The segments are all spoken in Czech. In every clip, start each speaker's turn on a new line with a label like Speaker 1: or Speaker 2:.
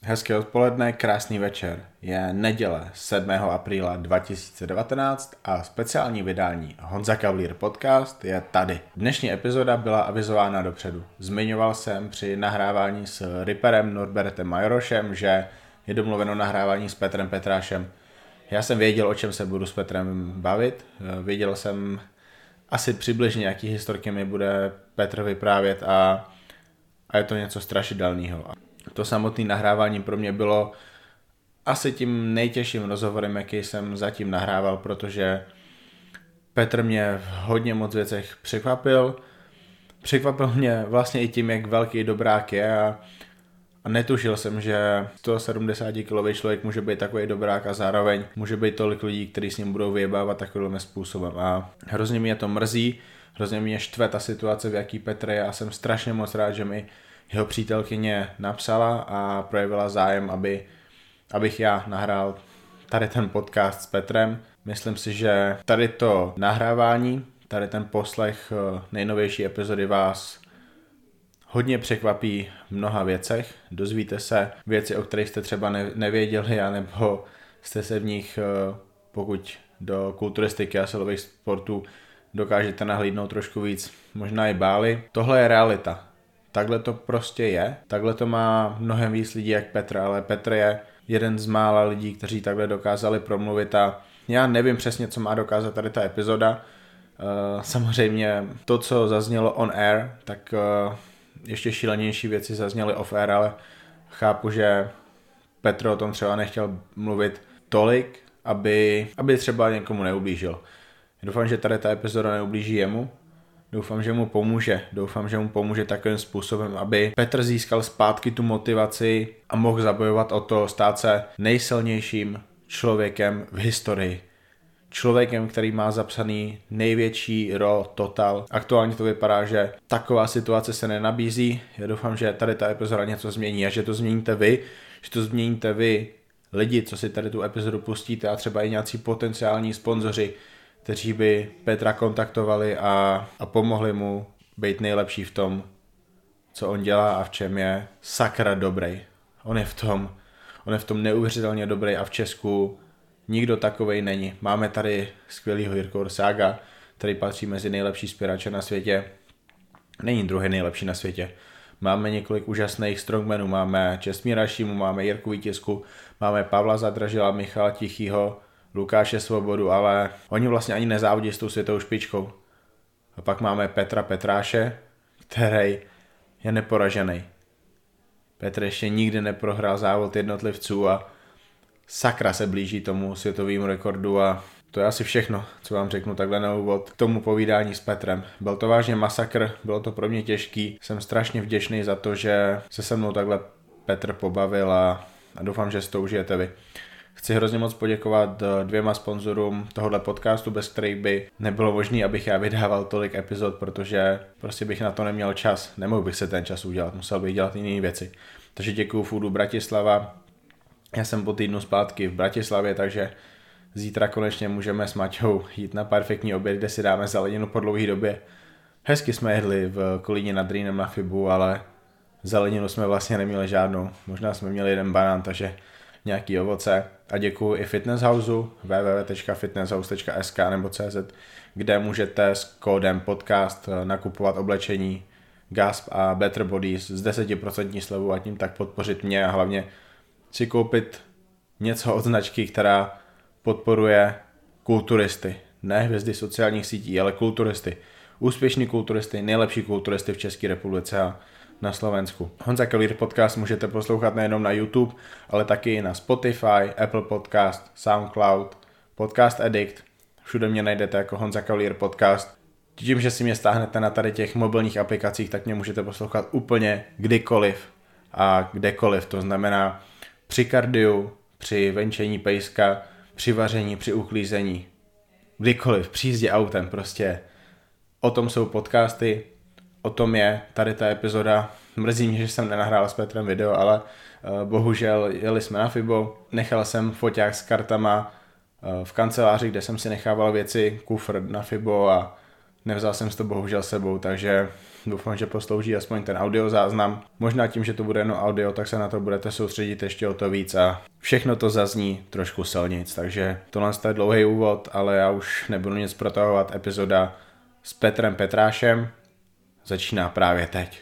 Speaker 1: Hezké odpoledne, krásný večer. Je neděle 7. apríla 2019 a speciální vydání Honza Kavlír podcast je tady. Dnešní epizoda byla avizována dopředu. Zmiňoval jsem při nahrávání s Ripperem Norbertem Majorošem, že je domluveno nahrávání s Petrem Petrášem. Já jsem věděl, o čem se budu s Petrem bavit. Věděl jsem asi přibližně, jaký historky mi bude Petr vyprávět a je to něco strašidelného. To samotné nahrávání pro mě bylo asi tím nejtěžším rozhovorem, jaký jsem zatím nahrával, protože Petr mě v hodně moc věcech překvapil. Překvapil mě vlastně i tím, jak velký dobrák je a netušil jsem, že 170-kilový člověk může být takový dobrák a zároveň může být tolik lidí, kteří s ním budou vyjebávat takovým způsobem. A hrozně mě to mrzí, hrozně mě štve ta situace, v jaký Petr je a jsem strašně moc rád, že mi jeho přítelkyně napsala a projevila zájem, abych já nahrál tady ten podcast s Petrem. Myslím si, že tady to nahrávání, tady ten poslech nejnovější epizody vás hodně překvapí v mnoha věcech. Dozvíte se věci, o kterých jste třeba nevěděli, anebo jste se v nich, pokud do kulturistiky a silových sportů dokážete nahlídnout trošku víc, možná i báli. Tohle je realita. Takhle to prostě je. Takhle to má mnohem víc lidí jak Petr, ale Petr je jeden z mála lidí, kteří takhle dokázali promluvit a já nevím přesně, co má dokázat tady ta epizoda. Samozřejmě to, co zaznělo on air, tak ještě šílenější věci zazněly off air, ale chápu, že Petr o tom třeba nechtěl mluvit tolik, aby třeba někomu neublížil. Doufám, že tady ta epizoda neublíží jemu. Doufám, že mu pomůže takovým způsobem, aby Petr získal zpátky tu motivaci a mohl zabojovat o to stát se nejsilnějším člověkem v historii. Člověkem, který má zapsaný největší RAW total. Aktuálně to vypadá, že taková situace se nenabízí. Já doufám, že tady ta epizoda něco změní a že to změníte vy, lidi, co si tady tu epizodu pustíte a třeba i nějací potenciální sponzoři, kteří by Petra kontaktovali a pomohli mu být nejlepší v tom, co on dělá a v čem je sakra dobrý. On je v tom neuvěřitelně dobrý a v Česku nikdo takovej není. Máme tady skvělýho Jirku Orsága, který patří mezi nejlepší spěrače na světě. Není druhý nejlepší na světě. Máme několik úžasných strongmanů, máme Čestmíra Šimu, máme Jirku Vítězku, máme Pavla Zadražila, Michala Tichýho, Lukáše Svobodu, ale oni vlastně ani nezávodí s tou světovou špičkou. A pak máme Petra Petráše, který je neporažený. Petr ještě nikdy neprohrál závod jednotlivců a sakra se blíží tomu světovému rekordu a to je asi všechno, co vám řeknu takhle na úvod k tomu povídání s Petrem. Byl to vážně masakr, bylo to pro mě těžký, jsem strašně vděčný za to, že se mnou takhle Petr pobavil a doufám, že si to užijete vy. Chci hrozně moc poděkovat 2 sponzorům tohohle podcastu, bez kterých by nebylo možné, abych já vydával tolik epizod, protože prostě bych na to neměl čas. Nemohl bych se ten čas udělat, musel bych dělat jiné věci. Takže děkuju Foodu Bratislava. Já jsem po týdnu zpátky v Bratislavě, takže zítra konečně můžeme s Maťou jít na perfektní oběd, kde si dáme zeleninu po dlouhé době. Hezky jsme jedli v Kolíně nad Rýnem na Fibu, ale zeleninu jsme vlastně neměli žádnou. Možná jsme měli jeden banán, takže nějaký ovoce. A děkuji i Fitness Houseu, www.fitnesshouse.sk nebo CZ, kde můžete s kódem podcast nakupovat oblečení Gasp a Better Bodies s 10% slevou a tím tak podpořit mě a hlavně si koupit něco od značky, která podporuje kulturisty. Ne hvězdy sociálních sítí, ale kulturisty. Úspěšní kulturisty, nejlepší kulturisty v České republice a na Slovensku. Honza Kavlír podcast můžete poslouchat nejenom na YouTube, ale taky na Spotify, Apple Podcast, SoundCloud, Podcast Addict. Všude mě najdete jako Honza Kavlír podcast. Tím, že si mě stáhnete na tady těch mobilních aplikacích, tak mě můžete poslouchat úplně kdykoliv a kdekoliv. To znamená při kardiu, při venčení pejska, při vaření, při uklízení. Kdykoliv, při jízdě autem, prostě o tom jsou podcasty, o tom je tady ta epizoda. Mrzí mě, že jsem nenahrál s Petrem video, ale bohužel jeli jsme na Fibo. Nechal jsem foťák s kartama v kanceláři, kde jsem si nechával věci, kufr na Fibo a Nevzal jsem si to bohužel sebou, takže doufám, že poslouží aspoň ten audiozáznam. Možná tím, že to bude jenom audio, tak se na to budete soustředit ještě o to víc a všechno to zazní trošku silnic. Takže tohle je dlouhý úvod, ale já už nebudu nic protahovat. Epizoda s Petrem Petrášem začíná právě teď.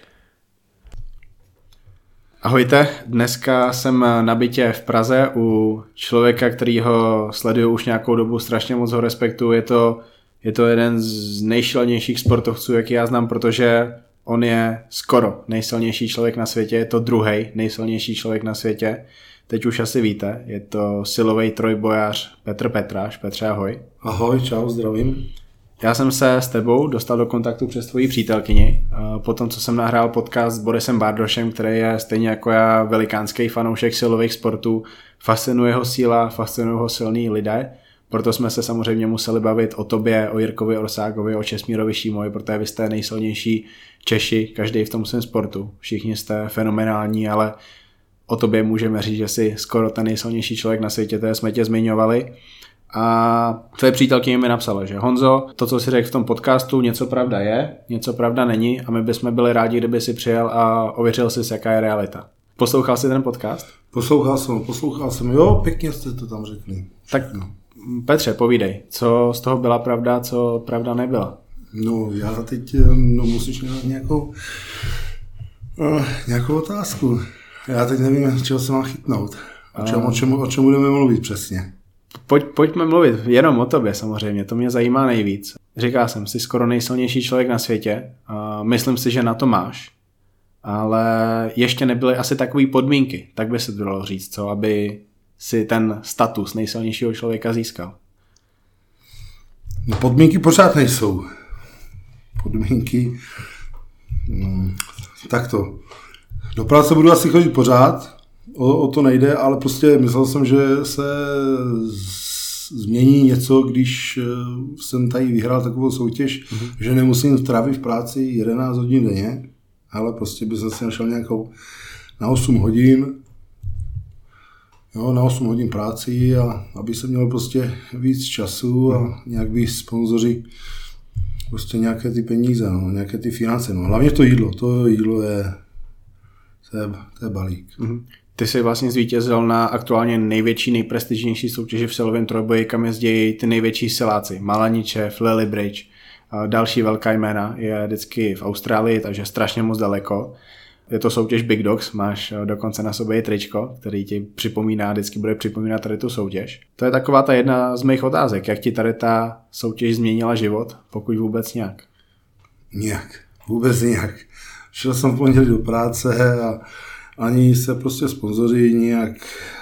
Speaker 1: Ahojte, dneska jsem na bytě v Praze u člověka, kterýho sleduju už nějakou dobu, strašně moc ho respektuju. Je to jeden z nejšilnějších sportovců, jaký já znám, protože on je skoro nejsilnější člověk na světě, je to druhý nejsilnější člověk na světě. Teď už asi víte, je to silový trojbojař Petr Petráš. Petře, ahoj.
Speaker 2: Ahoj, čau, zdravím.
Speaker 1: Já jsem se s tebou dostal do kontaktu přes tvoji přítelkyni, potom co jsem nahrál podcast s Borisem Bardošem, který je stejně jako já velikánský fanoušek silových sportů, fascinuje ho síla, fascinují ho silní lidé, proto jsme se samozřejmě museli bavit o tobě, o Jirkovi Orságovi, o Česmírovi Šímovi, protože vy jste nejsilnější Češi, každý v tom svém sportu, všichni jste fenomenální, ale o tobě můžeme říct, že jsi skoro ten nejsilnější člověk na světě, to jsme tě zmiňovali. A tvoje přítelkyně mi napsala, že Honzo, to, co jsi řekl v tom podcastu, něco pravda je, něco pravda není a my bychom byli rádi, kdyby si přijel a ověřil si, jaká je realita. Poslouchal jsi ten podcast?
Speaker 2: Poslouchal jsem, jo, pěkně jste to tam řekli.
Speaker 1: Tak Petře, povídej, co z toho byla pravda, co pravda nebyla?
Speaker 2: No, já teď musíš mít nějakou otázku. Já teď nevím, čeho se mám chytnout. O čem budeme mluvit přesně?
Speaker 1: Pojďme mluvit jenom o tobě samozřejmě, to mě zajímá nejvíc. Říkal jsem, jsi skoro nejsilnější člověk na světě, myslím si, že na to máš, ale ještě nebyly asi takové podmínky, tak by se dalo říct, co, aby si ten status nejsilnějšího člověka získal.
Speaker 2: No, podmínky pořád nejsou. Podmínky, takto. Do práce budu asi chodit pořád, o to nejde, ale prostě myslel jsem, že se změní něco, když jsem tady vyhrál takovou soutěž, že nemusím trávit v práci 11 hodin denně, ale prostě by jsem šel nějakou na 8 hodin, jo, na 8 hodin práci a aby jsem měl prostě víc času a nějak by sponzoři prostě nějaké ty peníze, no, nějaké ty finance, no. Hlavně to jídlo je balík.
Speaker 1: Ty jsi vlastně zvítězil na aktuálně největší, nejprestižnější soutěži v silovém trojboji, kam jezdí ty největší siláci. Malaničev, Lilliebridge, další velká jména je vždycky v Austrálii, takže strašně moc daleko. Je to soutěž Big Dogs, máš dokonce na sobě i tričko, který ti připomíná, vždycky bude připomínat tady tu soutěž. To je taková ta jedna z mých otázek, jak ti tady ta soutěž změnila život, pokud vůbec nějak?
Speaker 2: Vůbec nějak. Šel jsem v pondělí do práce a ani se prostě sponzoři nějak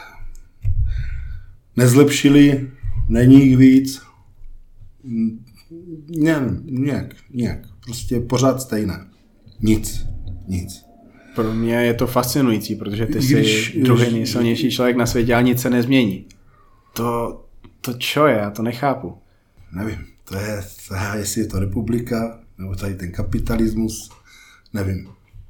Speaker 2: nezlepšili, není jich víc. Nějak. Prostě pořád stejné. Nic.
Speaker 1: Pro mě je to fascinující, protože ty jsi druhý nejsilnější člověk na světě a nic se nezmění. To čo je? Já to nechápu.
Speaker 2: Nevím. To je, jestli je to republika, nebo tady ten kapitalismus, nevím,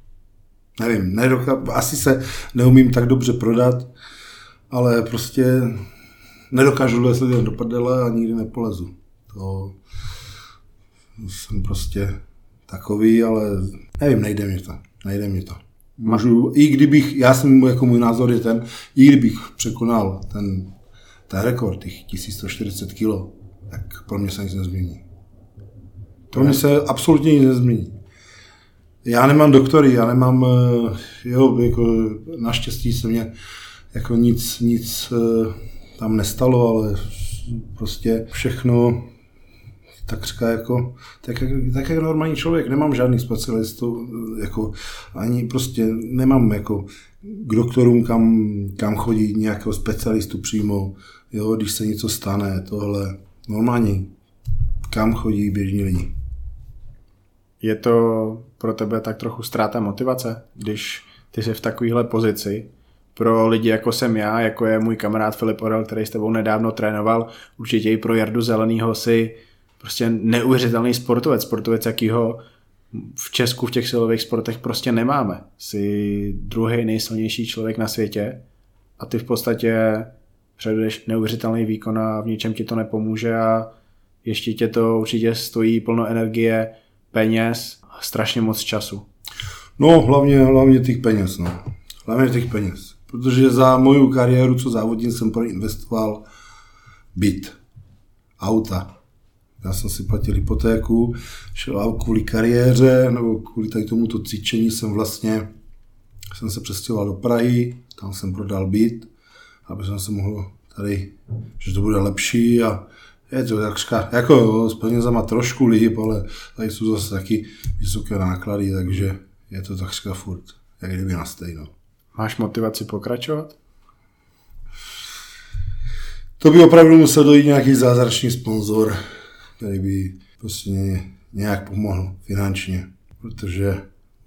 Speaker 2: asi se neumím tak dobře prodat, ale prostě nedokážu lezat jen do prdele a nikdy nepolezu. To jsem prostě takový, ale nevím, nejde mi to. Můžu, i kdybych, já jsem, jako můj názor je ten, i kdybych překonal ten rekord, těch 1140 kg, tak pro mě se nic nezmění. Pro mě se absolutně nic nezmění. Já nemám doktory, jako naštěstí se mě jako nic tam nestalo, ale prostě všechno tak říká jako, tak jak normální člověk, nemám žádný specialistu, jako ani prostě nemám jako k doktorům, kam chodí nějakého specialistu přímo, jo, když se něco stane, tohle, normálně, kam chodí běžní lidi.
Speaker 1: Je to pro tebe tak trochu ztráta motivace, když ty jsi v takovéhle pozici? Pro lidi jako jsem já, jako je můj kamarád Filip Orel, který s tebou nedávno trénoval, určitě i pro Jardu Zelenýho si prostě neuvěřitelný sportovec, jakýho v Česku v těch silových sportech prostě nemáme. Jsi druhý nejsilnější člověk na světě a ty v podstatě předvedeš neuvěřitelný výkon a v ničem ti to nepomůže a ještě tě to určitě stojí plno energie, peněz, strašně moc času.
Speaker 2: No, hlavně těch peněz, no. Hlavně těch peněz. Protože za moju kariéru, co závodím, jsem proinvestoval byt, auta. Já jsem si platil hypotéku, šel kvůli kariéře, nebo kvůli tady tomuto cvičení jsem se přestěhoval do Prahy, tam jsem prodal byt, aby jsem se mohl tady, že to bude lepší a je to takřka, jako s penězama trošku líp, ale tady jsou zase taky vysoké náklady, takže je to takřka furt, jak kdyby na stejno.
Speaker 1: Máš motivaci pokračovat?
Speaker 2: To by opravdu musel dojít nějaký zázračný sponzor, který by prostě nějak pomohl finančně, protože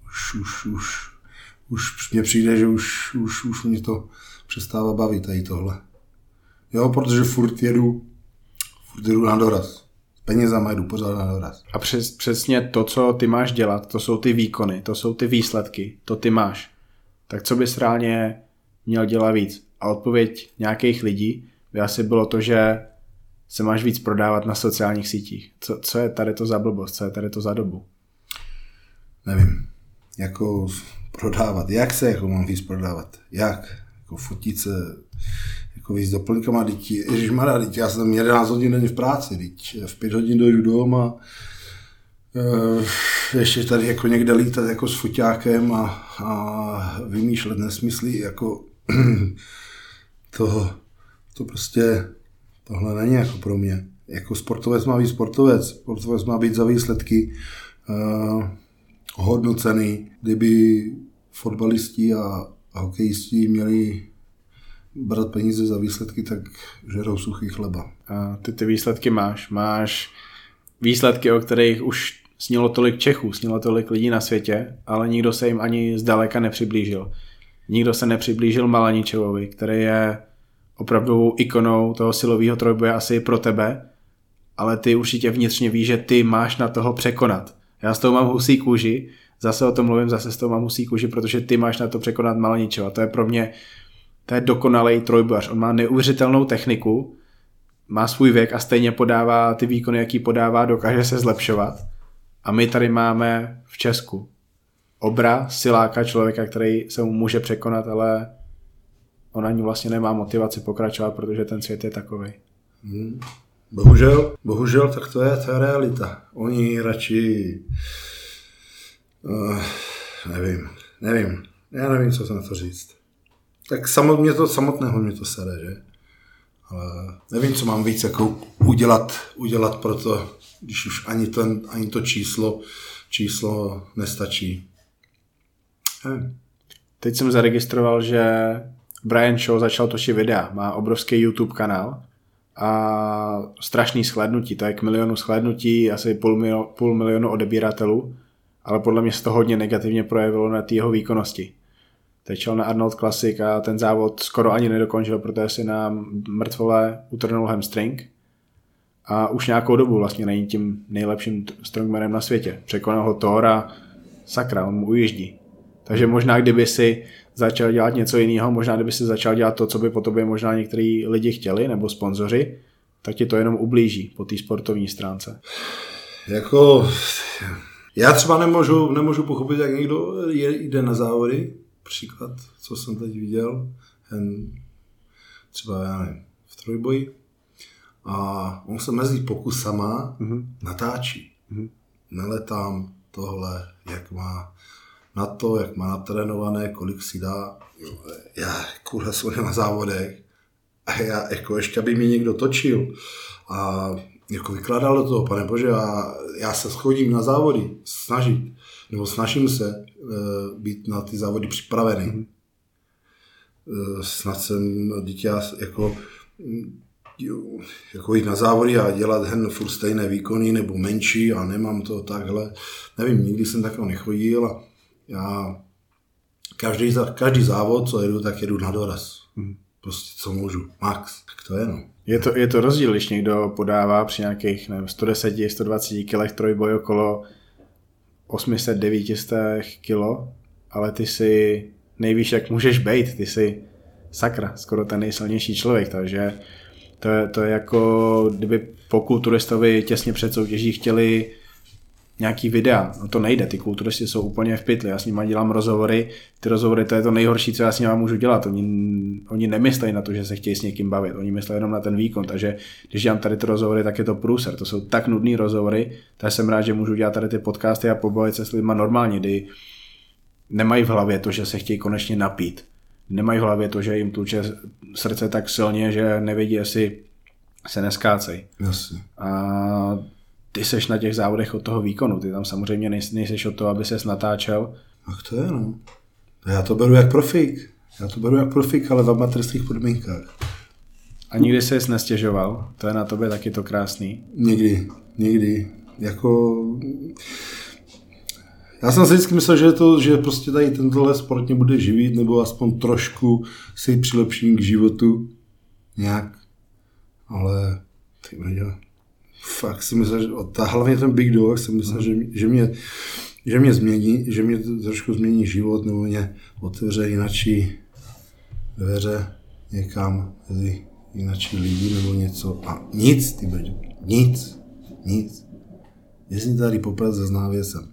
Speaker 2: už mně přijde, že už mě to přestává bavit tady tohle. Jo, protože furt jedu na doraz. S penězama jedu pořád na doraz.
Speaker 1: A přesně to, co ty máš dělat, to jsou ty výkony, to jsou ty výsledky, to ty máš. Tak co bys reálně měl dělat víc? A odpověď nějakých lidí by asi bylo to, že se máš víc prodávat na sociálních sítích. Co je tady to za blbost? Co je tady to za dobu?
Speaker 2: Nevím. Jako prodávat. Jak se jako mám víc prodávat? Jak? Jako fotit se, jako víc doplňkama dětí. Ježišmarja, děti, já jsem 11 hodin denně v práci, děti. V 5 hodin dojdu doma. Ještě tady jako někde lítat jako s foťákem a vymýšlet nesmysly, jako to prostě tohle není jako pro mě. Jako sportovec má být sportovec má být za výsledky hodnocený. Kdyby fotbalisti a hokejisti měli brát peníze za výsledky, tak žerou suchý chleba.
Speaker 1: A ty výsledky máš výsledky, o kterých už snilo tolik Čechů, snilo tolik lidí na světě, ale nikdo se jim ani zdaleka nepřiblížil. Nikdo se nepřiblížil Malaničevovi, který je opravdu ikonou toho silového trojboje asi pro tebe, ale ty určitě vnitřně víš, že ty máš na toho překonat. Já s toho mám husí kůži, zase o tom mluvím, zase s toho mám husí kůži, protože ty máš na to překonat Malaničeva. To je pro mě, to je dokonalej trojbojař. On má neuvěřitelnou techniku, má svůj věk a stejně podává ty výkony, jaký podává, dokáže se zlepšovat. A my tady máme v Česku obra, siláka, člověka, který se mu může překonat, ale on ani vlastně nemá motivaci pokračovat, protože ten svět je takovej.
Speaker 2: Bohužel, tak to je realita. Oni radši nevím. Já nevím, co se na to říct. Tak samotného mě to sere, že? Ale nevím, co mám víc jako udělat pro to, když už ani to číslo nestačí.
Speaker 1: Teď jsem zaregistroval, že Brian Shaw začal točit videa. Má obrovský YouTube kanál a strašný shlédnutí. To je k 1 milionu shlédnutí, asi půl milionu odebíratelů, ale podle mě se to hodně negativně projevilo na té jeho výkonnosti. Teď šel na Arnold Classic a ten závod skoro ani nedokončil, protože si na mrtvole utrhnul hamstring a už nějakou dobu vlastně není tím nejlepším strongmanem na světě. Překonal ho Thor a sakra, on mu ujíždí. Takže možná kdyby si začal dělat něco jiného, možná kdyby si začal dělat to, co by po tobě možná některý lidi chtěli, nebo sponzoři, tak ti to jenom ublíží po té sportovní stránce.
Speaker 2: Jako, já třeba nemůžu pochopit, jak někdo jde na závody, příklad, co jsem teď viděl, třeba já nevím, v trojboji, a on se mezi pokusama natáčí. Neletám tohle, jak má na to, jak má natrénované, kolik si dá. Já kurva jsem na závodech a já jako ještě, aby mi někdo točil a jako vykládal do toho, pane bože, já se schodím na závody, snažím se být na ty závody připravený. Snad jsem dítě jako jít na závody a dělat furt stejné výkony nebo menší a nemám to takhle. Nevím, nikdy jsem takhle nechodil a já každý závod, co jedu, tak jedu na doraz. Prostě co můžu. Max. Tak to je, no.
Speaker 1: Je to rozdíl, když někdo podává při nějakých 110, 120 kilech trojboj okolo 800, 900 kilo, ale ty si nejvíš, jak můžeš bejt. Ty si sakra, skoro ten nejsilnější člověk, takže To je jako, kdyby po kulturistovi těsně před soutěží chtěli nějaký videa. No to nejde, ty kulturisti jsou úplně v pytli. Já s nimi dělám rozhovory. Ty rozhovory, to je to nejhorší, co já s nimi můžu dělat. Oni nemyslejí na to, že se chtějí s někým bavit. Oni myslí jenom na ten výkon. Takže když dělám tady ty rozhovory, tak je to průser. To jsou tak nudný rozhovory. Takže jsem rád, že můžu dělat tady ty podcasty a pobavit se s lidma normálně, kdy nemají v hlavě to, že se chtějí konečně napít. Nemají v hlavě to, že jim tluče srdce tak silně, že nevědí, jestli se neskácej.
Speaker 2: Jasně.
Speaker 1: A ty seš na těch závodech od toho výkonu. Ty tam samozřejmě nejseš od toho, aby ses natáčel.
Speaker 2: Tak to je, no. Já to beru jak profík. Ale v amatérských podmínkách.
Speaker 1: A nikdy ses nestěžoval? To je na tobě taky to krásný.
Speaker 2: Nikdy. Jako... Já jsem si vždycky myslel, že prostě tady tentohle sport mě bude živit, nebo aspoň trošku si přilepším k životu. Nějak. Ale ty brďo, fakt si myslel, že hlavně ten Big Dog jsem myslel, že mě změní, že mě trošku změní život, nebo mě otevře jinačí dveře někam mezi jinačí lidi, nebo něco. A nic, ty brďo, nic. Jezdím tady po Praze s návěsem.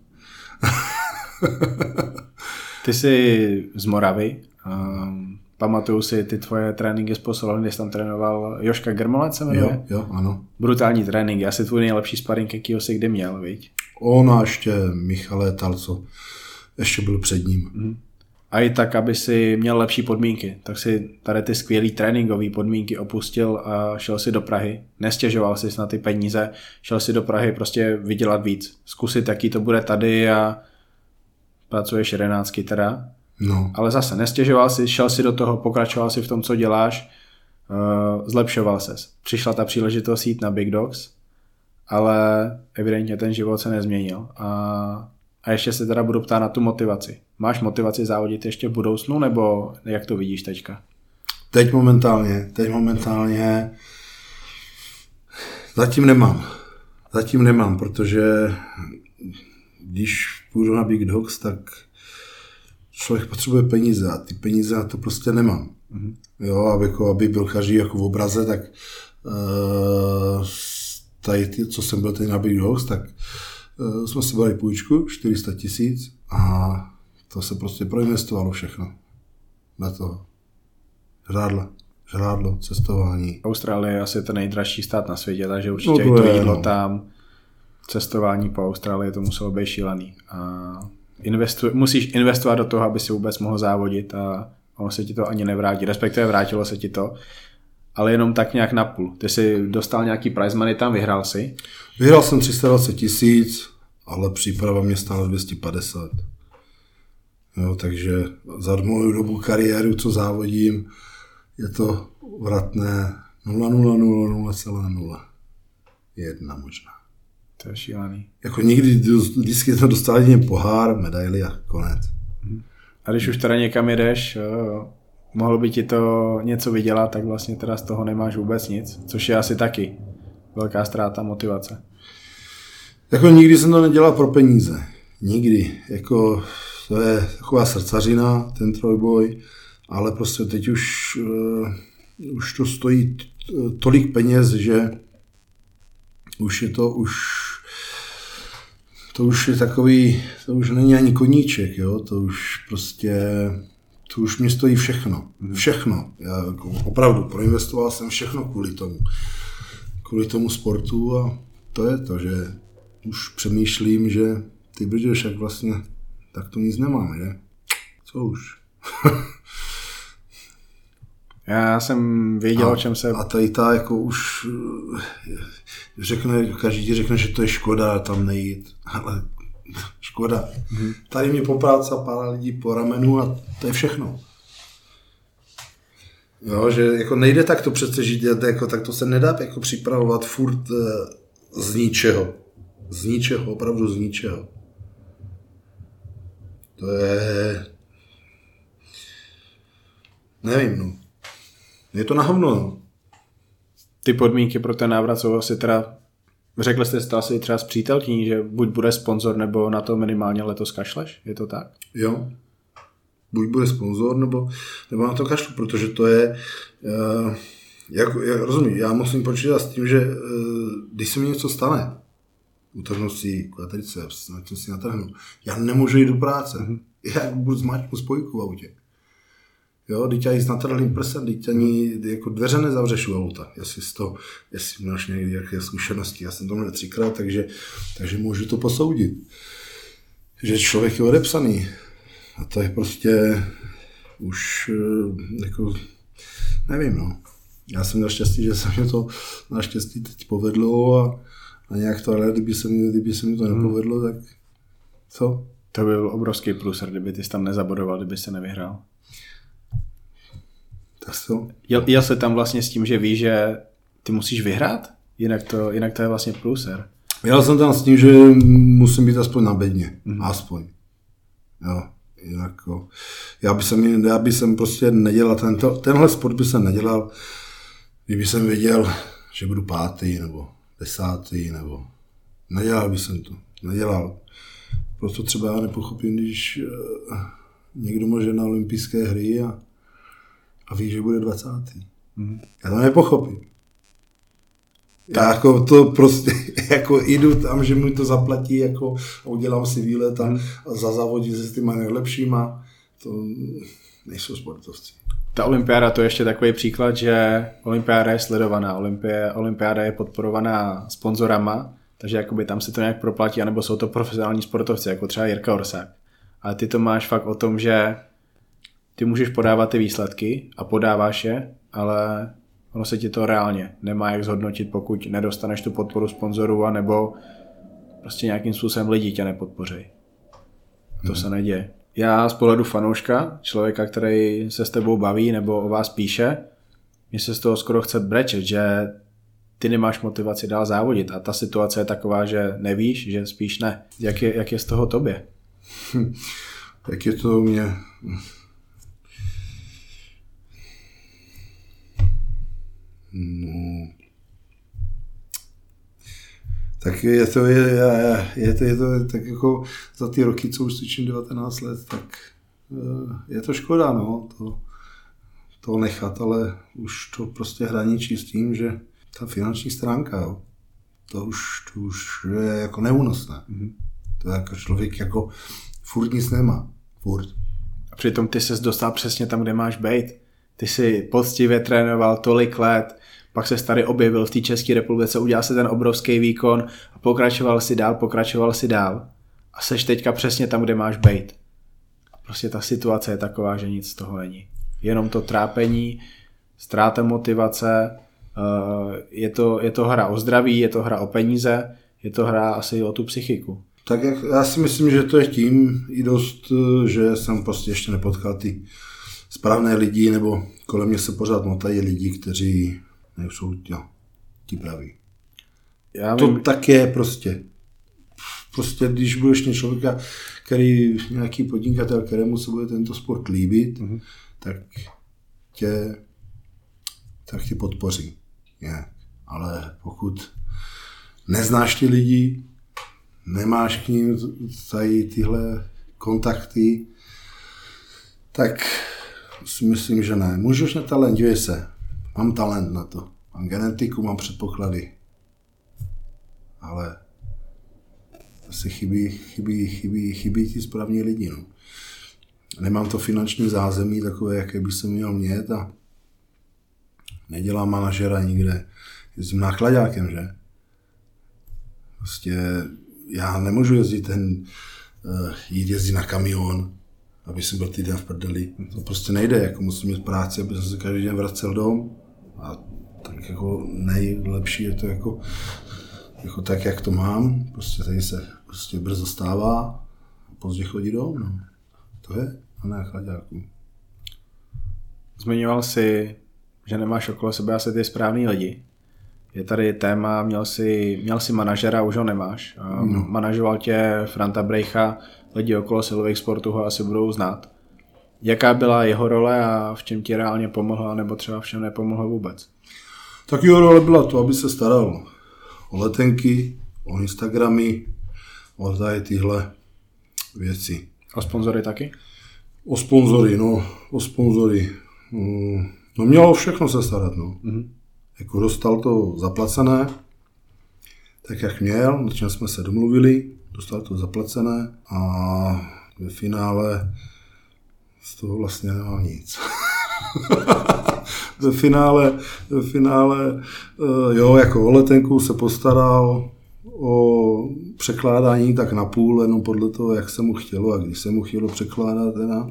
Speaker 1: Ty jsi z Moravy. Pamatuju si ty tvoje tréninky z Posilovny, když tam trénoval Joška Grmolec, se jmenuje?
Speaker 2: Jo, ano.
Speaker 1: Brutální tréninky. Asi tvůj nejlepší sparring, jakýho jsi kdy měl, viď?
Speaker 2: On a ještě Michal Létal, co ještě byl před ním.
Speaker 1: A i tak, aby si měl lepší podmínky, tak si tady ty skvělý tréninkové podmínky opustil a šel si do Prahy. Nestěžoval si na ty peníze, šel si do Prahy prostě vydělat víc. Zkusit, jaký to bude tady a pracuješ 11 teda.
Speaker 2: No.
Speaker 1: Ale zase nestěžoval si, šel si do toho, pokračoval si v tom, co děláš, zlepšoval ses. Přišla ta příležitost jít na Big Dogs, ale evidentně ten život se nezměnil. A ještě se teda budu ptát na tu motivaci. Máš motivaci závodit ještě v budoucnu, nebo jak to vidíš teďka?
Speaker 2: Teď momentálně zatím nemám, protože když půjdu na Big Dogs, tak člověk potřebuje peníze a ty peníze na to prostě nemám. Mm-hmm. Jo, aby byl každý jako v obraze, tak tady ty, co jsem byl teď na Big Dogs, tak jsme si brali půjčku 400 000 a to se prostě proinvestovalo všechno na to. Žrádlo, cestování.
Speaker 1: Austrálie je asi ten nejdražší stát na světě, takže určitě no to je, jídlo tam, cestování po Austrálii, to muselo být šílený. A musíš investovat do toho, aby si vůbec mohl závodit a ono se ti to ani nevrátí, respektive vrátilo se ti to, ale jenom tak nějak na půl. Ty jsi dostal nějaký prize money tam, vyhrál si?
Speaker 2: Vyhrál jsem 320 000, ale příprava mě stála 250. Jo, takže za moju dobu kariéru, co závodím, je to vratné 0,0,0,0,0. 1 možná.
Speaker 1: To je šílený.
Speaker 2: Jako nikdy, vždycky jsme dostali jen pohár, medaily a konec.
Speaker 1: A když už teda někam jedeš, mohlo by ti to něco vydělat, tak vlastně teda z toho nemáš vůbec nic, což je asi taky velká ztráta motivace.
Speaker 2: Jako nikdy jsem to nedělal pro peníze. Nikdy. Jako to je taková srdcařina, ten trojboj, ale prostě teď už to stojí tolik peněz, že už je to už je takový, to už není ani koníček, jo, to už mě stojí všechno. Všechno. Já jako opravdu proinvestoval jsem všechno kvůli tomu sportu a to je to, že už přemýšlím, že ty brďoš, jak vlastně tak to nic nemám, že? Co už?
Speaker 1: Já jsem věděl, o čem se...
Speaker 2: A tady ta jako už každý ti řekne, že to je škoda tam nejít, ale škoda. Tady mě popráca pár lidí po ramenu a to je všechno. Jo, že jako nejde tak to přece žít, jako, tak to se nedá jako připravovat furt z ničeho. Z ničeho, opravdu z ničeho. To je... Nevím, no. Je to na hovno, no.
Speaker 1: Ty podmínky pro ten návrat jsou asi teda... Řekli jste to asi třeba s přítelkyní, že buď bude sponzor, nebo na to minimálně letos kašleš? Je to tak?
Speaker 2: Jo. Buď bude sponzor, nebo na to kašlu, protože to je... Rozumím, já musím počítat s tím, že když se mi něco stane, utrhnu si kvatrice, něco si natrhnu, já nemůžu jít do práce. Já budu zmáčknout spojku v autě. Jo, teď já jít s natrhlým prsem, teď ani jako dveře nezavřeš u auta, jestli máš nějaké zkušenosti. Já jsem to měl 3krát, takže můžu to posoudit. Že člověk je odepsaný. A to je prostě už jako, nevím, no. Já jsem měl štěstí, že se mi to naštěstí teď povedlo a nějak to, ale kdyby se mi to nepovedlo, tak co?
Speaker 1: To by byl obrovský průser, kdyby ty jsi tam nezabodoval, kdyby se nevyhrál.
Speaker 2: Tak co?
Speaker 1: Jel se tam vlastně s tím, že víš, že ty musíš vyhrát? Jinak to je vlastně průser.
Speaker 2: Jel jsem tam s tím, že musím být aspoň na bedně. Aspoň. Jo. Jinak, já by jsem prostě nedělal, tenhle sport by jsem nedělal, kdyby jsem věděl, že budu 5. nebo 10. nebo nedělal by jsem to. Nedělal. Proto třeba já nepochopím, když někdo může na olympijské hry a ví, že bude 20. Já to nepochopím. Já jako to prostě jako jdu tam, že mi to zaplatí jako a udělám si výlet a zazávodím se s těma nejlepšíma. To nejsou sportovci.
Speaker 1: Ta olympiáda to je ještě takový příklad, že olympiáda je sledovaná. Olympiáda je podporovaná sponzorama, takže jakoby tam se to nějak proplatí, anebo jsou to profesionální sportovci, jako třeba Jirka Orsák. Ale ty to máš fakt o tom, že ty můžeš podávat ty výsledky a podáváš je, ale ono se ti to reálně nemá jak zhodnotit, pokud nedostaneš tu podporu sponzorů, anebo prostě nějakým způsobem lidi tě nepodpoří. To se neděje. Já z pohledu fanouška, člověka, který se s tebou baví nebo o vás píše, mně se z toho skoro chce brečet, že ty nemáš motivaci dál závodit a ta situace je taková, že nevíš, že spíš ne. Jak je z toho tobě?
Speaker 2: Jak je to mě... No. Tak je to tak jako za ty roky, co už cvičím 19 let, tak je to škoda, no, to nechat, ale už to prostě hraničí s tím, že ta finanční stránka, jo, to už je jako neúnosné. To je jako člověk jako furt nic nemá. Furt.
Speaker 1: A přitom ty ses dostal přesně tam, kde máš být. Ty jsi poctivě trénoval tolik let, pak se tady objevil v té České republice, udělal si ten obrovský výkon a pokračoval si dál a seš teďka přesně tam, kde máš být. A prostě ta situace je taková, že nic z toho není. Jenom to trápení, ztráta motivace, je to hra o zdraví, je to hra o peníze, je to hra asi o tu psychiku.
Speaker 2: Tak já si myslím, že to je tím i dost, že jsem prostě ještě nepotkal ty správné lidi, nebo kolem mě se pořád motají lidi, kteří nejsou ti praví. To tak je prostě. Prostě když budeš člověka, který nějaký podnikatel, kterému se bude tento sport líbit, tak tě podpoří. Je. Ale pokud neznáš ty lidi, nemáš k ním tady tyhle kontakty, tak si myslím, že ne. Můžeš na talent, dívej se. Mám talent na to. Mám genetiku, mám předpoklady. Ale asi chybí ti správní lidi. No. Nemám to finanční zázemí takové, jaké by se měl mít a nedělám manažera nikde. Jsem nákladákem, že? Prostě já nemůžu jít jezdit na kamion, aby jsem byl týden v prdeli. To prostě nejde, jako musím mít práci, aby jsem se každý den vracel dom. A tak jako nejlepší je to jako tak, jak to mám. Prostě tady se prostě brzo stává a pozdě chodí dom. No. To je na chladáku.
Speaker 1: Zmiňoval jsi, že nemáš okolo sebe asi ty správný lidi. Je tady téma, měl jsi manažera, už ho nemáš. No. Manažoval tě Franta Brejcha, lidi okolo silových sportů ho asi budou znát. Jaká byla jeho role a v čem ti reálně pomohla, nebo třeba v čem nepomohla vůbec?
Speaker 2: Tak jeho role byla to, aby se staral o letenky, o Instagramy, o tady tyhle věci.
Speaker 1: O sponzory taky?
Speaker 2: O sponzory. No mělo všechno se starat, no. Jako dostal to zaplacené, tak jak měl, na čem jsme se domluvili, dostal to zaplacené a ve finále z toho vlastně nemám nic. ve finále, jo, jako o letenku se postaral, o překládání tak na půl, jenom podle toho, jak se mu chtělo a když se mu chtělo překládat teda.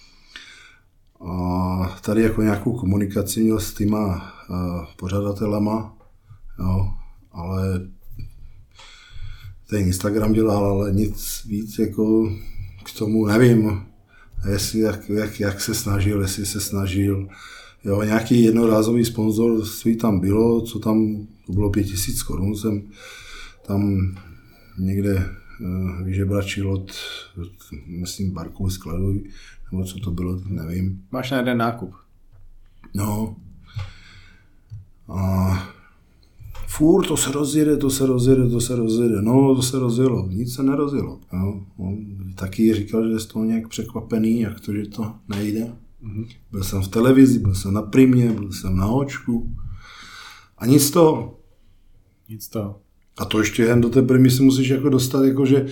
Speaker 2: A tady jako nějakou komunikaci měl s týma pořadatelema, jo, ale ten Instagram dělal, ale nic víc jako k tomu nevím, jestli jak se snažil, jestli se snažil. Jo, nějaký jednorázový sponzorství tam bylo, co tam, to bylo 5 000 korun, jsem tam někde vyžebračil od myslím, Barků skladu, nebo co to bylo, nevím.
Speaker 1: Máš na jeden nákup.
Speaker 2: No. A furt to se rozjede. No, to se rozjelo. Nic se nerozjelo. Jo. On taky říkal, že je z toho nějak překvapený, jak to, že to nejde. Byl jsem v televizi, byl jsem na Primě, byl jsem na Očku. A nic z toho. A to ještě jen do té Primy se musíš jako dostat, jakože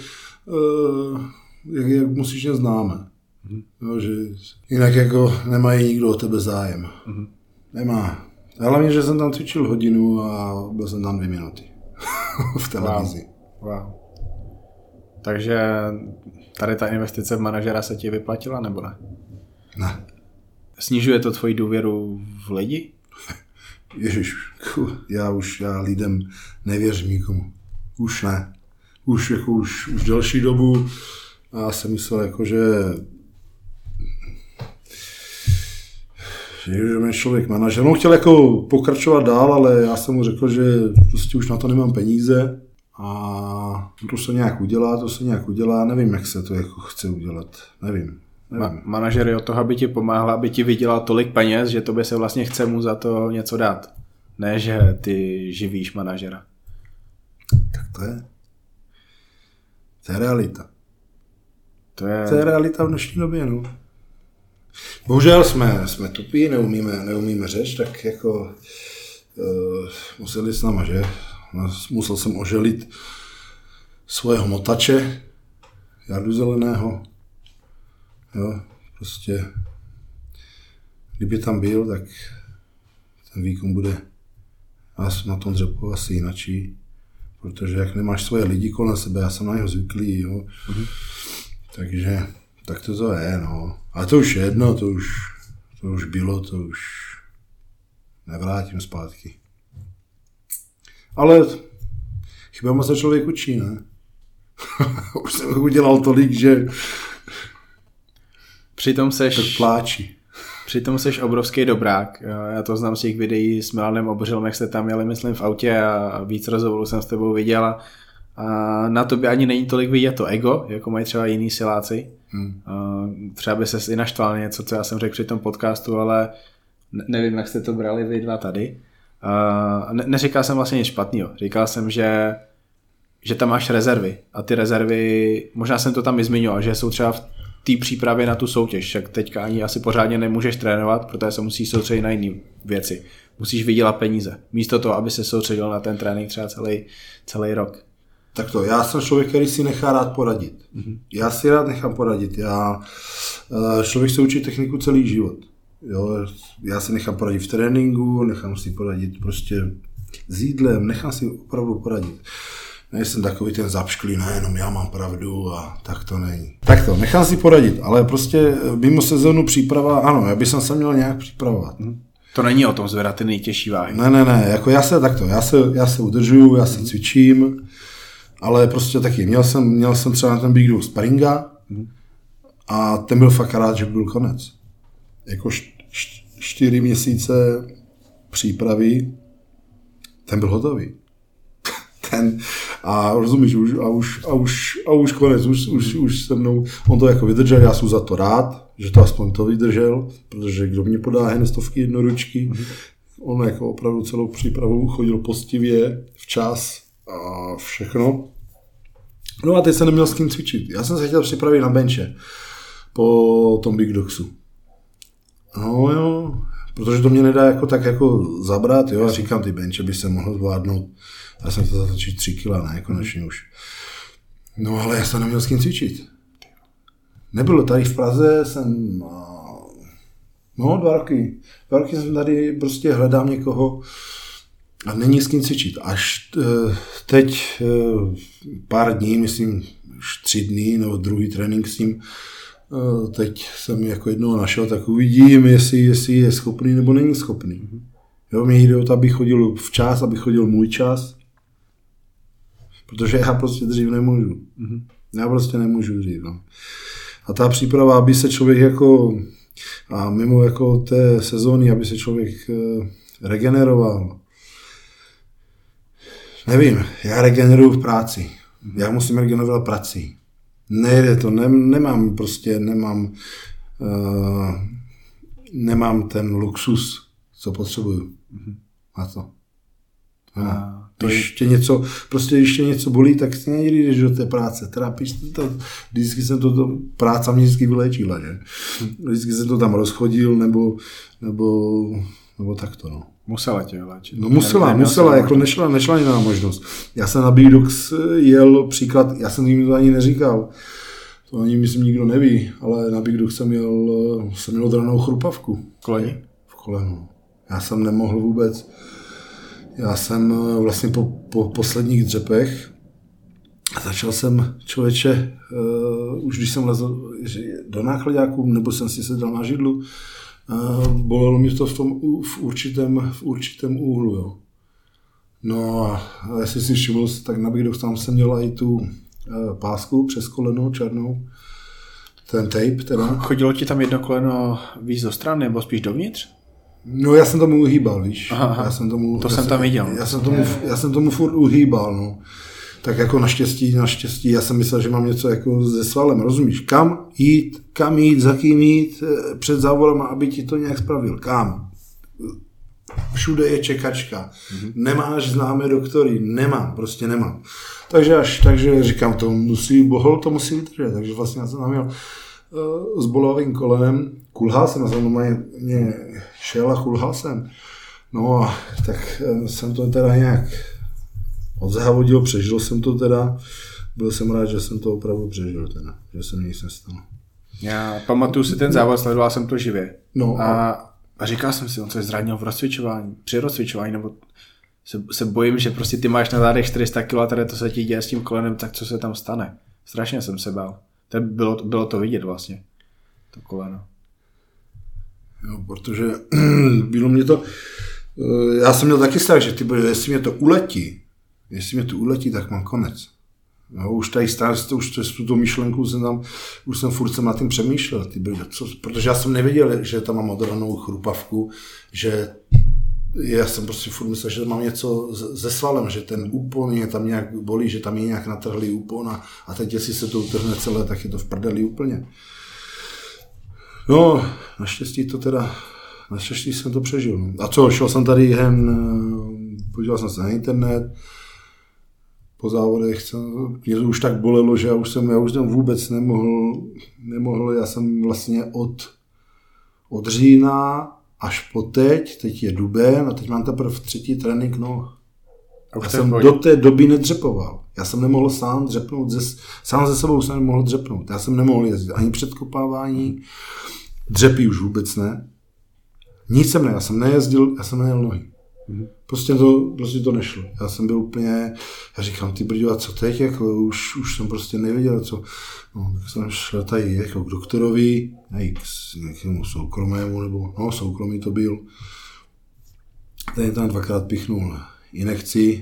Speaker 2: jak musíš je známe. Jo, že jinak jako nemají nikdo o tebe zájem. Nemá. A hlavně, že jsem tam cvičil hodinu a byl jsem tam 2 minuty v televizi.
Speaker 1: Wow. Takže tady ta investice v manažera se ti vyplatila, nebo ne?
Speaker 2: Ne.
Speaker 1: Snižuje to tvoji důvěru v lidi?
Speaker 2: Ježiš, já lidem nevěřím nikomu. Už ne. Už delší dobu. A já jsem myslel, jako, že je člověk manažer. On chtěl jako pokračovat dál, ale já jsem mu řekl, že prostě už na to nemám peníze a to se nějak udělá, nevím, jak se to jako chce udělat, nevím.
Speaker 1: Manažer je od toho, aby ti pomáhal, aby ti vydělal tolik peněz, že tobě se vlastně chce mu za to něco dát. Ne, že ty živíš manažera.
Speaker 2: Tak to je realita. To je realita v dnešní době, no. Bohužel jsme tupí, neumíme řeč, tak jako museli s náma, že? Musel jsem oželit svého motače, Jardu Zeleného. Jo, prostě, kdyby tam byl, tak ten výkon bude na tom dřepu asi jinačí, protože jak nemáš svoje lidi kolem sebe, já jsem na něho zvyklý, jo. Takže tak to je, no. Ale to už je jedno, to už bylo, to už nevrátím zpátky. Ale chybama se člověk učí, ne? Už jsem udělal tolik, že
Speaker 1: Přitom seš obrovský dobrák. Já to znám z těch videí s Milanem Obořilem, jak jste tam jeli, myslím, v autě a víc rozhovorů jsem s tebou viděl. A na tobě ani není tolik vidět to ego, jako mají třeba jiní siláci. Třeba by ses i naštval něco, co já jsem řekl při tom podcastu, ale nevím, jak jste to brali vy dva tady. Neříkal jsem vlastně nic špatného. Říkal jsem, že tam máš rezervy. A ty rezervy, možná jsem to tam i zmiňoval, že jsou třeba v té přípravě na tu soutěž. Jak teďka ani asi pořádně nemůžeš trénovat, protože se musíš soustředit na jiné věci. Musíš vydělat peníze. Místo toho, aby se soustředil na ten trénink třeba celý rok.
Speaker 2: Tak to, já jsem člověk, který si nechá rád poradit. Já si rád nechám poradit. Člověk se učí techniku celý život. Jo, já si nechám poradit v tréninku, nechám si poradit prostě s jídlem, nechám si opravdu poradit. Nejsem takový ten zapšklý, nejenom já mám pravdu a tak to není. Tak to, nechám si poradit, ale prostě mimo sezónu příprava, ano, já bych se měl nějak připravovat.
Speaker 1: To není o tom zvedat ty nejtěžší váhy.
Speaker 2: Ne, jako já se udržuju, já se cvičím, ale prostě taky, měl jsem třeba na ten Big Dog sparinga a ten byl fakt rád, že byl konec. Jako 4 měsíce přípravy, ten byl hotový. A rozumíš, už konec, už se mnou, on to jako vydržel, já jsem za to rád, že to aspoň to vydržel, protože kdo mě podá stovky jednoručky, on jako opravdu celou přípravu chodil poctivě, včas a všechno. No a teď jsem neměl s kým cvičit. Já jsem se chtěl připravit na benče po tom Big Dogsu. No jo, protože to mě nedá jako tak jako zabrat, jo, a říkám, ty benče by se mohl zvládnout, já jsem to zatočit 3 kila, ne, konečně už. No ale já jsem neměl s kým cvičit. Nebylo, tady v Praze jsem, 2 roky. 2 roky jsem tady, prostě hledám někoho a není s kým cvičit. Až teď pár dní, myslím, už 3 dny, nebo druhý trénink s ním, teď jsem jako jednoho našel, tak uvidím, jestli je schopný nebo není schopný. Jo, mě jde o to, aby chodil včas, aby chodil můj čas, protože já prostě dřív nemůžu. Já prostě nemůžu dřív. No. A ta příprava, aby se člověk jako, a mimo jako té sezóny, aby se člověk regeneroval. Nevím, já regeneruju v práci. Já musím regenerovat prací. Nejde to, nemám ten luxus, co potřebuju. A to. Když tě něco bolí, tak si někdy jdeš do té práce. Trápíš to, vždycky jsem to práce mě vždycky vyléčila, že? Vždycky jsem to tam rozchodil, nebo takto, no.
Speaker 1: Musela tě vyléčit.
Speaker 2: No musela, jako nešla jiná možnost. Já jsem na Big Dogs jel příklad, já jsem jim to ani neříkal, to ani myslím nikdo neví, ale na Big Dogs jsem měl odranou chrupavku. V kolenu. Já jsem nemohl vůbec. Já jsem vlastně po posledních dřepech začal jsem, člověče, už když jsem lezl do nákladáku, nebo jsem si sedal na židlu, bolelo mě to v určitém úhlu. Jo. No a jestli si všiml, tak na Big Dogs tam jsem měl i tu pásku přes koleno černou, ten tape teda.
Speaker 1: Chodilo ti tam jedno koleno víc do strany, nebo spíš dovnitř?
Speaker 2: No já jsem tomu uhýbal, víš.
Speaker 1: Aha, jsem tam viděl.
Speaker 2: Já jsem tomu furt uhýbal, no. Tak jako naštěstí, já jsem myslel, že mám něco jako se svalem, rozumíš? Kam jít, za kým jít před závodem, aby ti to nějak spravil. Kam? Všude je čekačka. Nemáš známé doktory? Nemám. Takže říkám, to musí vydržet. Takže vlastně já jsem tam měl s bolovým kolenem, kulhal jsem, já jsem mě šel a kulhal jsem. No a tak jsem to teda nějak odzávodil, přežil jsem to teda. Byl jsem rád, že jsem to opravdu přežil teda, že se mi nic nestalo.
Speaker 1: Já pamatuju si ten závod, sledoval jsem to živě.
Speaker 2: No
Speaker 1: a říkal jsem si, on se zranil v rozcvičování, při rozcvičování, nebo se bojím, že prostě ty máš na zádech 400 kg a tady to se ti děje s tím kolenem, tak co se tam stane? Strašně jsem se bál. Bylo to vidět vlastně, to koleno.
Speaker 2: Jo, protože bylo mě to, já jsem měl taky strach, že jestli mě to uletí, tak mám konec. No, už tady už tuto myšlenku už jsem furt nad tím přemýšlel, protože já jsem nevěděl, že tam mám odranou chrupavku, že já jsem prostě furt myslel, že mám něco se svalem, že ten úpon je tam nějak bolí, že tam je nějak natrhlý úpon a teď jestli se to utrhne celé, tak je to v prdeli úplně. No, naštěstí jsem to přežil. No. A co, šel jsem tady podíval jsem se na internet, po závodech, mě to už tak bolelo, že já už jsem vůbec nemohl, já jsem vlastně od října až po teď je duben a teď mám teprve 3. trénink, no. Já jsem do té doby nedřepoval. Já jsem nemohl sám dřepnout, sám ze sebou jsem nemohl dřepnout. Já jsem nemohl jezdit ani předkopávání, dřepy už vůbec ne. Nic jsem ne, já jsem nejezdil, já jsem nejel nohy. Prostě to nešlo. Já jsem byl úplně, já říkám, ty brďo, a co teď, jako, už jsem prostě nevěděl, co. No, tak jsem šel tady jako k doktorovi, k nějakému soukromému, nebo soukromý to byl. Ten tam 2krát pichnul injekci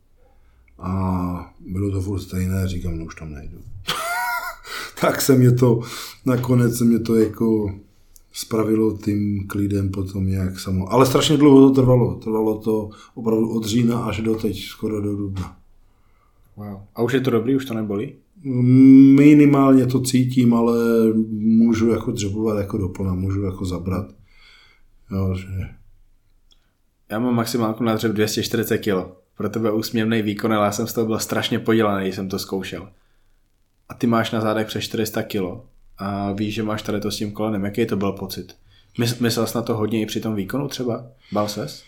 Speaker 2: a bylo to furt stejné, říkám, no už tam nejdu. Tak nakonec se mě to jako spravilo tím klidem potom nějak samo. Ale strašně dlouho to trvalo. Trvalo to opravdu od října až do teď, skoro do dubna.
Speaker 1: Wow. A už je to dobrý? Už to nebolí?
Speaker 2: Minimálně to cítím, ale můžu jako dřepovat jako doplna, můžu jako zabrat. Jo, že...
Speaker 1: Já mám maximálku na dřep 240 kg. Pro tebe úsměvný výkon, ale já jsem z toho byl strašně podělaný, když jsem to zkoušel. A ty máš na zádech přes 400 kg a víš, že máš tady to s tím kolenem. Jaký to byl pocit? Myslel jsi na to hodně i při tom výkonu třeba? Bál ses?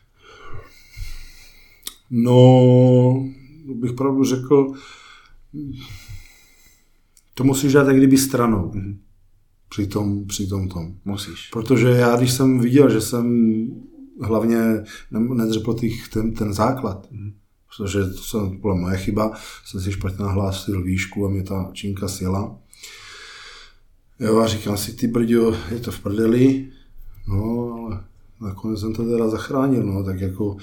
Speaker 2: No, bych pravdu řekl, to musíš dát jak kdyby stranou. Při tom tom.
Speaker 1: Musíš.
Speaker 2: Protože já, když jsem viděl, že jsem hlavně nedřepl ten základ, protože to byla moje chyba, jsem si špatně nahlásil výšku a mě ta činka sjela. Jo, a říkám si, ty brďo, je to v prdeli, no, ale nakonec jsem to teda zachránil, no, tak jako,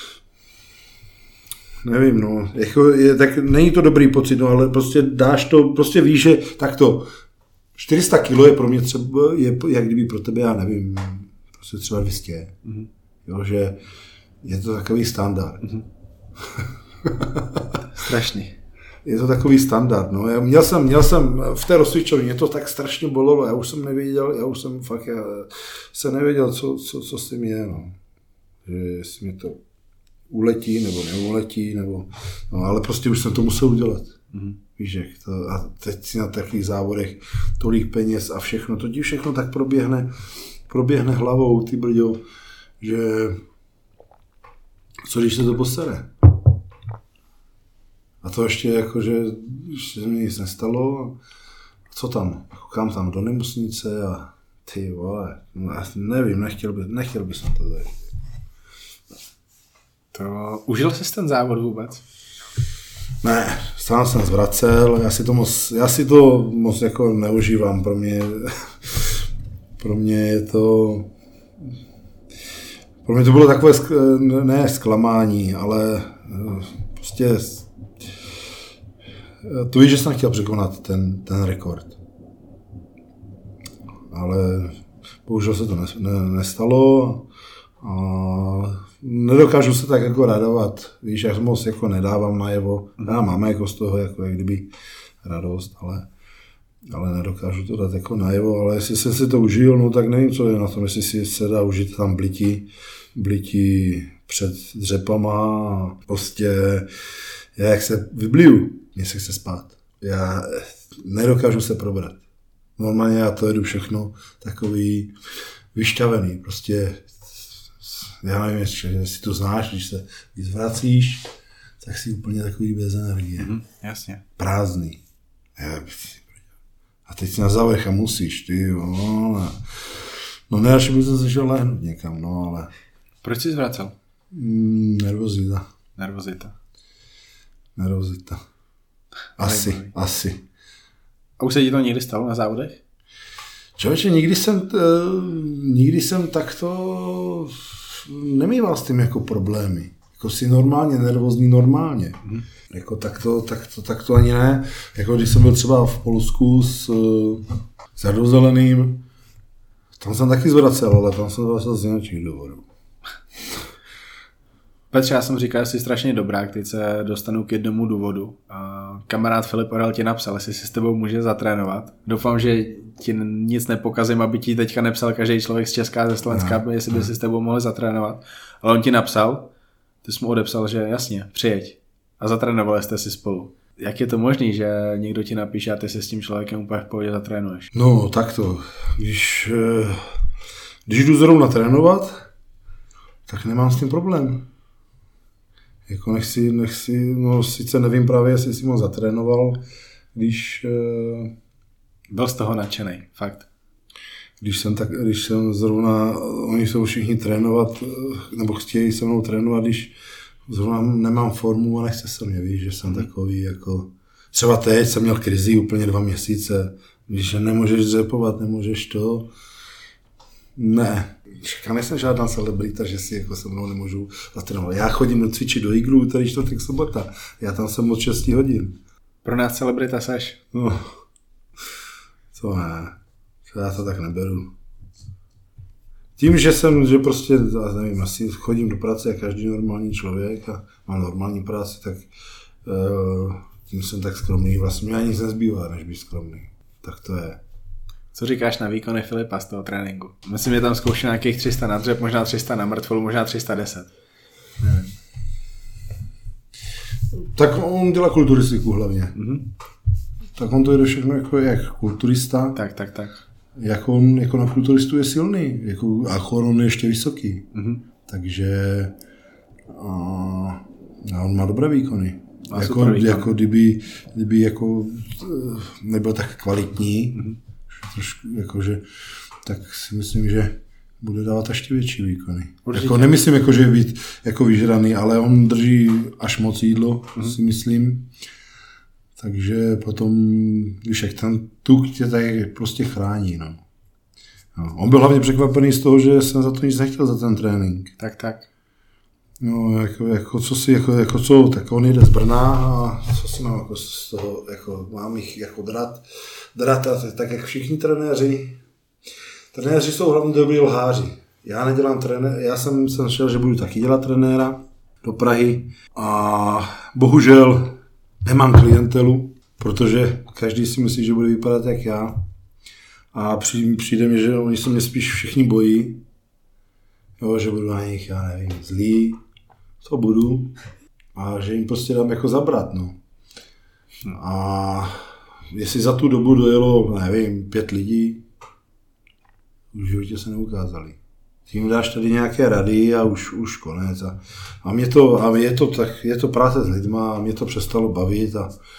Speaker 2: nevím, no, jako tak není to dobrý pocit, no, ale prostě dáš to, prostě víš, že takto, 400 kilo je pro mě třeba, je jak kdyby pro tebe, já nevím, prostě třeba 200, jo, že je to takový standard.
Speaker 1: Strašný.
Speaker 2: Je to takový standard, no. Já měl jsem v té rozcvičovně, mě to tak strašně bolelo, já už jsem nevěděl, co s tím je, no. Že jestli mě to uletí, nebo neuletí, nebo, no, ale prostě už jsem to musel udělat. Víš, jak to, a teď si na takových závodech tolik peněz a všechno, to ti všechno tak proběhne hlavou, ty brďo, že co když se to posere? A to ještě jako, že se mi nic nestalo. A co tam? Koukám tam do nemocnice a ty vole, no, nevím, nechtěl bych to tady.
Speaker 1: To užil jsi ten závod vůbec?
Speaker 2: Ne, sám jsem zvracel, já si to moc jako neužívám, pro mě to bylo takové ne zklamání, ale prostě to víš, že jsem chtěl překonat ten rekord. Ale bohužel se to nestalo a nedokážu se tak jako radovat. Víš, já moc jako nedávám najevo. Já mám jako z toho jako jak kdyby radost, ale nedokážu to dát jako najevo. Ale jestli jsem si to užil, no tak nevím, co je na tom, jestli si se dá užít tam blití před dřepama a prostě já jak se vybliju, mně se chce spát. Já nedokážu se probrat. Normálně já to jedu všechno takový vyšťavený. Prostě já nevím, jestli to znáš, když se vracíš, tak si úplně takový bez energie.
Speaker 1: Jasně.
Speaker 2: Prázdný. A teď si na závrch a musíš, ty no ne, až bych se šel lehnout někam, no ale...
Speaker 1: Proč jsi zvracel?
Speaker 2: Nervozita. Asi.
Speaker 1: A už se ti to někdy stalo na závodech?
Speaker 2: Člověče, nikdy jsem takto nemýval s tím jako problémy. Jako si nervózní normálně. Jako takto ani ne. Jako když jsem byl třeba v Polsku s Zardozeleným, tam jsem taky zvracel, ale tam jsem zvracel z jiných důvodů.
Speaker 1: Petře, já jsem říkal, že jsi strašně dobrák, teď se dostanu k jednomu důvodu. Kamarád Filip Orel ti napsal, jestli si s tebou může zatrénovat. Doufám, že ti nic nepokazím, aby ti teďka nepsal každý člověk z Česka, ze Slovenska, jestli by si s tebou mohl zatrénovat. Ale on ti napsal, ty jsi mu odepsal, že jasně, přijeď. A zatrénovali jste si spolu. Jak je to možný, že někdo ti napíše a ty si s tím člověkem úplně v pohodě zatrénuješ?
Speaker 2: No, takto. Když jdu zrovna trénovat, tak nemám s tím problém. Jako nechci, no sice nevím právě, jestli si moc zatrénoval, když...
Speaker 1: Byl z toho nadšenej, fakt.
Speaker 2: Když jsem zrovna, oni jsou všichni trénovat, nebo chtějí se mnou trénovat, když zrovna nemám formu a nechce se mě, víš, že jsem takový jako... Třeba teď jsem měl krizi úplně 2 měsíce, víš, že nemůžeš dřepovat, nemůžeš to... Ne, já nejsem žádná celebrita, že si jako se mnou nemůžu zatrénovat. Já chodím cvičit do iglu, tady čtvrtek, sobota. Já tam jsem od 6 hodin.
Speaker 1: Pro nás celebrita seš?
Speaker 2: No, to ne. Já to tak neberu. Tím, že prostě, nevím, asi chodím do práce jak každý normální člověk a mám normální práci, tak tím jsem tak skromný. Vlastně mě ani nic nezbývá, než být skromný. Tak to je.
Speaker 1: Co říkáš na výkony Filipa z toho tréninku? Myslím, že tam zkoušel nějakých 300 na dřep, možná 300 na mrtvolu, možná 310. Nevím.
Speaker 2: Tak on dělá kulturistiku hlavně. Tak on to jde všechno jako jak kulturista.
Speaker 1: Tak.
Speaker 2: jako na kulturistu je silný, jako, a on je ještě vysoký. Mm-hmm. Takže a on má dobré výkony. Jako kdyby jako nebyl tak kvalitní, trošku, jakože, tak si myslím, že bude dávat ještě větší výkony. Jako, nemyslím, jako, že je být jako vyžraný, ale on drží až moc jídlo, si myslím. Takže potom, když jak ten tuk tě tady prostě chrání. No. On byl hlavně překvapený z toho, že jsem za to nic nechtěl za ten trénink.
Speaker 1: Tak.
Speaker 2: No, co, tak on jede z Brna a co si mám jako z toho, jako mám jich jako drat, tak jak všichni trenéři. Trenéři jsou hlavně dobrý lháři. Já nedělám trenér, já jsem šel, že budu taky dělat trenéra do Prahy a bohužel nemám klientelu, protože každý si myslí, že bude vypadat jak já a přijde mi, že oni se mě spíš všichni bojí, jo, že budu na nich, já nevím, zlý, co budu a že jim prostě dám jako zabrat, no. A jestli za tu dobu dojelo, nevím, 5 lidí, už v životě se neukázali. Tím dáš tady nějaké rady a už konec. A je to práce s lidma a mě to přestalo bavit.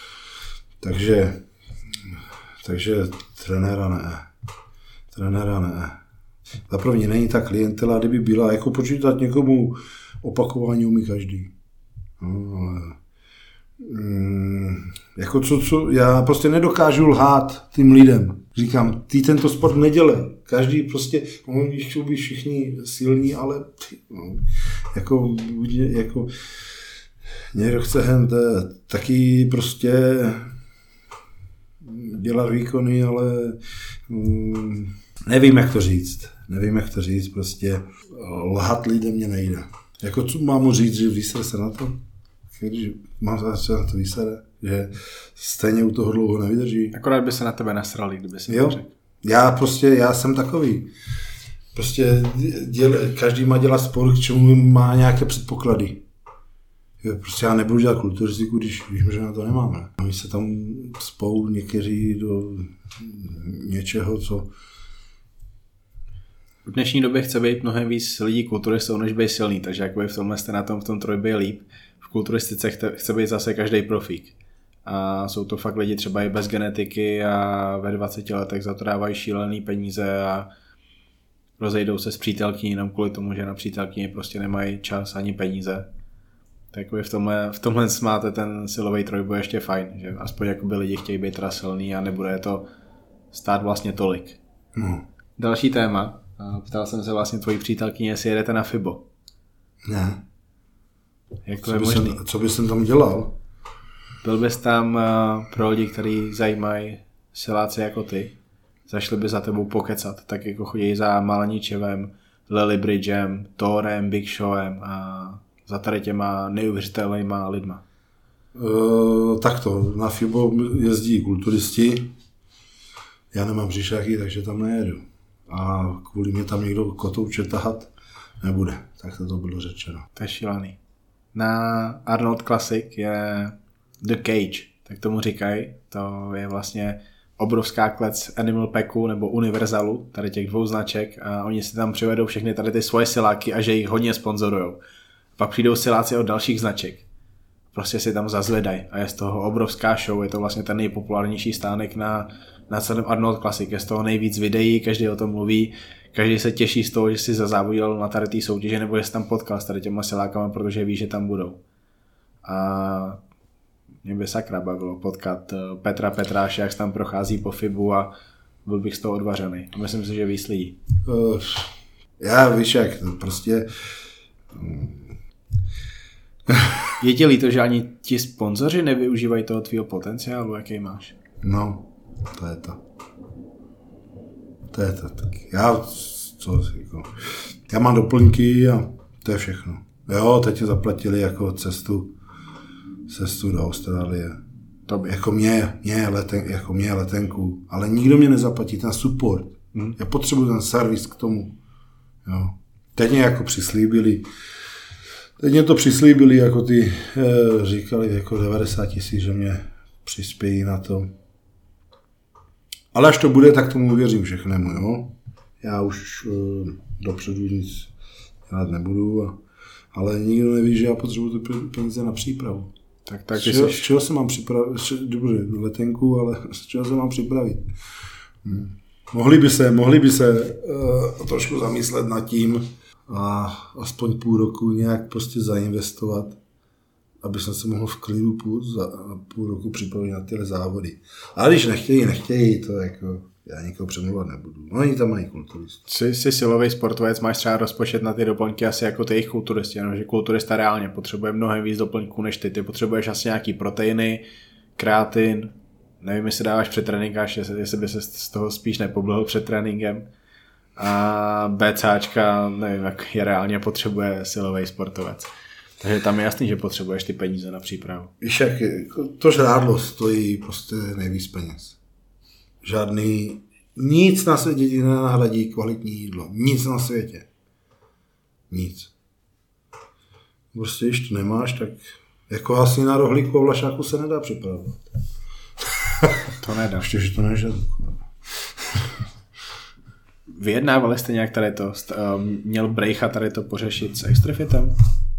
Speaker 2: Takže trenéra ne. Za první není ta klientela, kdyby byla, jako počítat někomu opakování umí každý. No, ale, jako já prostě nedokážu lhát tím lidem. Říkám, ty tento sport nedělej. Každý prostě, chtěl být všichni silní, ale jako někdo chce taky prostě dělat výkony, ale nevím, jak to říct, prostě lhat lidem mě nejde. Jako co mám mu říct, že vysere se na to? Když mám se na to vysere, že stejně u toho dlouho nevydrží.
Speaker 1: Akorát by se na tebe nasrali, kdyby si
Speaker 2: to řekl. Já jsem takový. Prostě každý má dělat sport, k čemu má nějaké předpoklady. Prostě já nebudu dělat kulturistiku, když vím, že na to nemáme. Oni se tam spou někteří do něčeho, co...
Speaker 1: V dnešní době chce být mnohem víc lidí kulturistou, než být silný, takže jakoby v tomhle jste na tom v tom trojbě líp. V kulturistice chce být zase každý profík. A jsou to fakt lidi třeba i bez genetiky a ve 20 letech za to dávají šílený peníze a rozejdou se s přítelkyní jenom kvůli tomu, že na přítelkyni prostě nemají čas ani peníze. Tak v tomhle máte ten silový trojboj ještě fajn, že aspoň jakoby lidi chtějí být teda silný a nebude to stát vlastně tolik. Další téma. Ptal jsem se vlastně tvojí přítelkyně, jestli jedete na FIBO.
Speaker 2: Ne.
Speaker 1: Jak to je možný?
Speaker 2: Co bys tam dělal?
Speaker 1: Byl bys tam pro lidi, kteří zajímají siláci jako ty. Zašli by za tebou pokecat, tak jako chodí za Malaničevem, Lily Bridgem, Thorem, Big Showem a za tady těma neuvěřitelnýma lidma.
Speaker 2: Takto, na FIBO jezdí kulturisti, já nemám břišáky, takže tam nejedu. A kvůli mě tam někdo kotouče tahat nebude, tak to bylo řečeno.
Speaker 1: To je šílený. Na Arnold Classic je The Cage, tak tomu říkají. To je vlastně obrovská klec Animal Packu nebo Universalu, tady těch 2 značek a oni si tam přivedou všechny tady ty svoje siláky a že jich hodně sponzorujou. Pak přijdou siláci od dalších značek. Prostě si tam zazvedají a je z toho obrovská show, je to vlastně ten nejpopulárnější stánek na celém Arnold Classic, je z toho nejvíc videí, každý o tom mluví, každý se těší z toho, že si zazávodil na tady té soutěže nebo že jsi tam potkal s tady těma silákama, protože ví, že tam budou. A mě by sakra bavilo potkat Petra Petráše, jak se tam prochází po FIBu a byl bych z toho odvařený. A myslím si, že víc lidí.
Speaker 2: Já víš jak, prostě...
Speaker 1: Je ti líto, že ani ti sponzoři nevyužívají toho tvýho potenciálu, jaký máš?
Speaker 2: No, to je to. Tak já mám doplňky a to je všechno. Jo, teď ti zaplatili jako cestu do Austrálie.
Speaker 1: Tobě.
Speaker 2: Jako mě letenku, ale nikdo mě nezaplatí ten support. Já potřebuji ten servis k tomu. Jo. Teď mě jako přislíbili, jako ty říkali jako 90 000, že mě přispějí na to. Ale až to bude, tak tomu věřím všechnemu, jo. Já už dopředu nic dělat nebudu, ale nikdo neví, že já potřebuji ty peníze na přípravu.
Speaker 1: Tak
Speaker 2: z čeho se mám připravit? Dobře, letenku, ale z čeho se mám připravit? Mohli by se trošku zamyslet nad tím a aspoň půl roku nějak prostě zainvestovat, aby jsem se mohl v klidu půl roku připravit na tyhle závody. Ale když nechtějí, to jako já nikoho přemluvat nebudu. No, oni tam mají kulturisti.
Speaker 1: Jsi silový sportovec, máš třeba rozpočet na ty doplňky asi jako ty jejich kulturisti, jenomže kulturista reálně potřebuje mnohem víc doplňků než ty. Ty potřebuješ asi nějaký proteiny, kreatin, nevím, jestli dáváš před tréninkáš, jestli by se z toho spíš nepoblehl před tréninkem. A BCáčka, nevím, jak je reálně potřebuje silový sportovec. Takže tam je jasný, že potřebuješ ty peníze na přípravu.
Speaker 2: Víš, jak to žrádlo stojí prostě nejvíc peněz. Nic na světě ti nenahradí kvalitní jídlo. Nic na světě. Nic. Prostě když to nemáš, tak jako asi na rohlíku a vlašáku se nedá připravovat.
Speaker 1: To nedá.
Speaker 2: Ještě, že to nežadu.
Speaker 1: Vyjednávali jste nějak tady to? Měl Brejcha tady to pořešit s Extrafitem?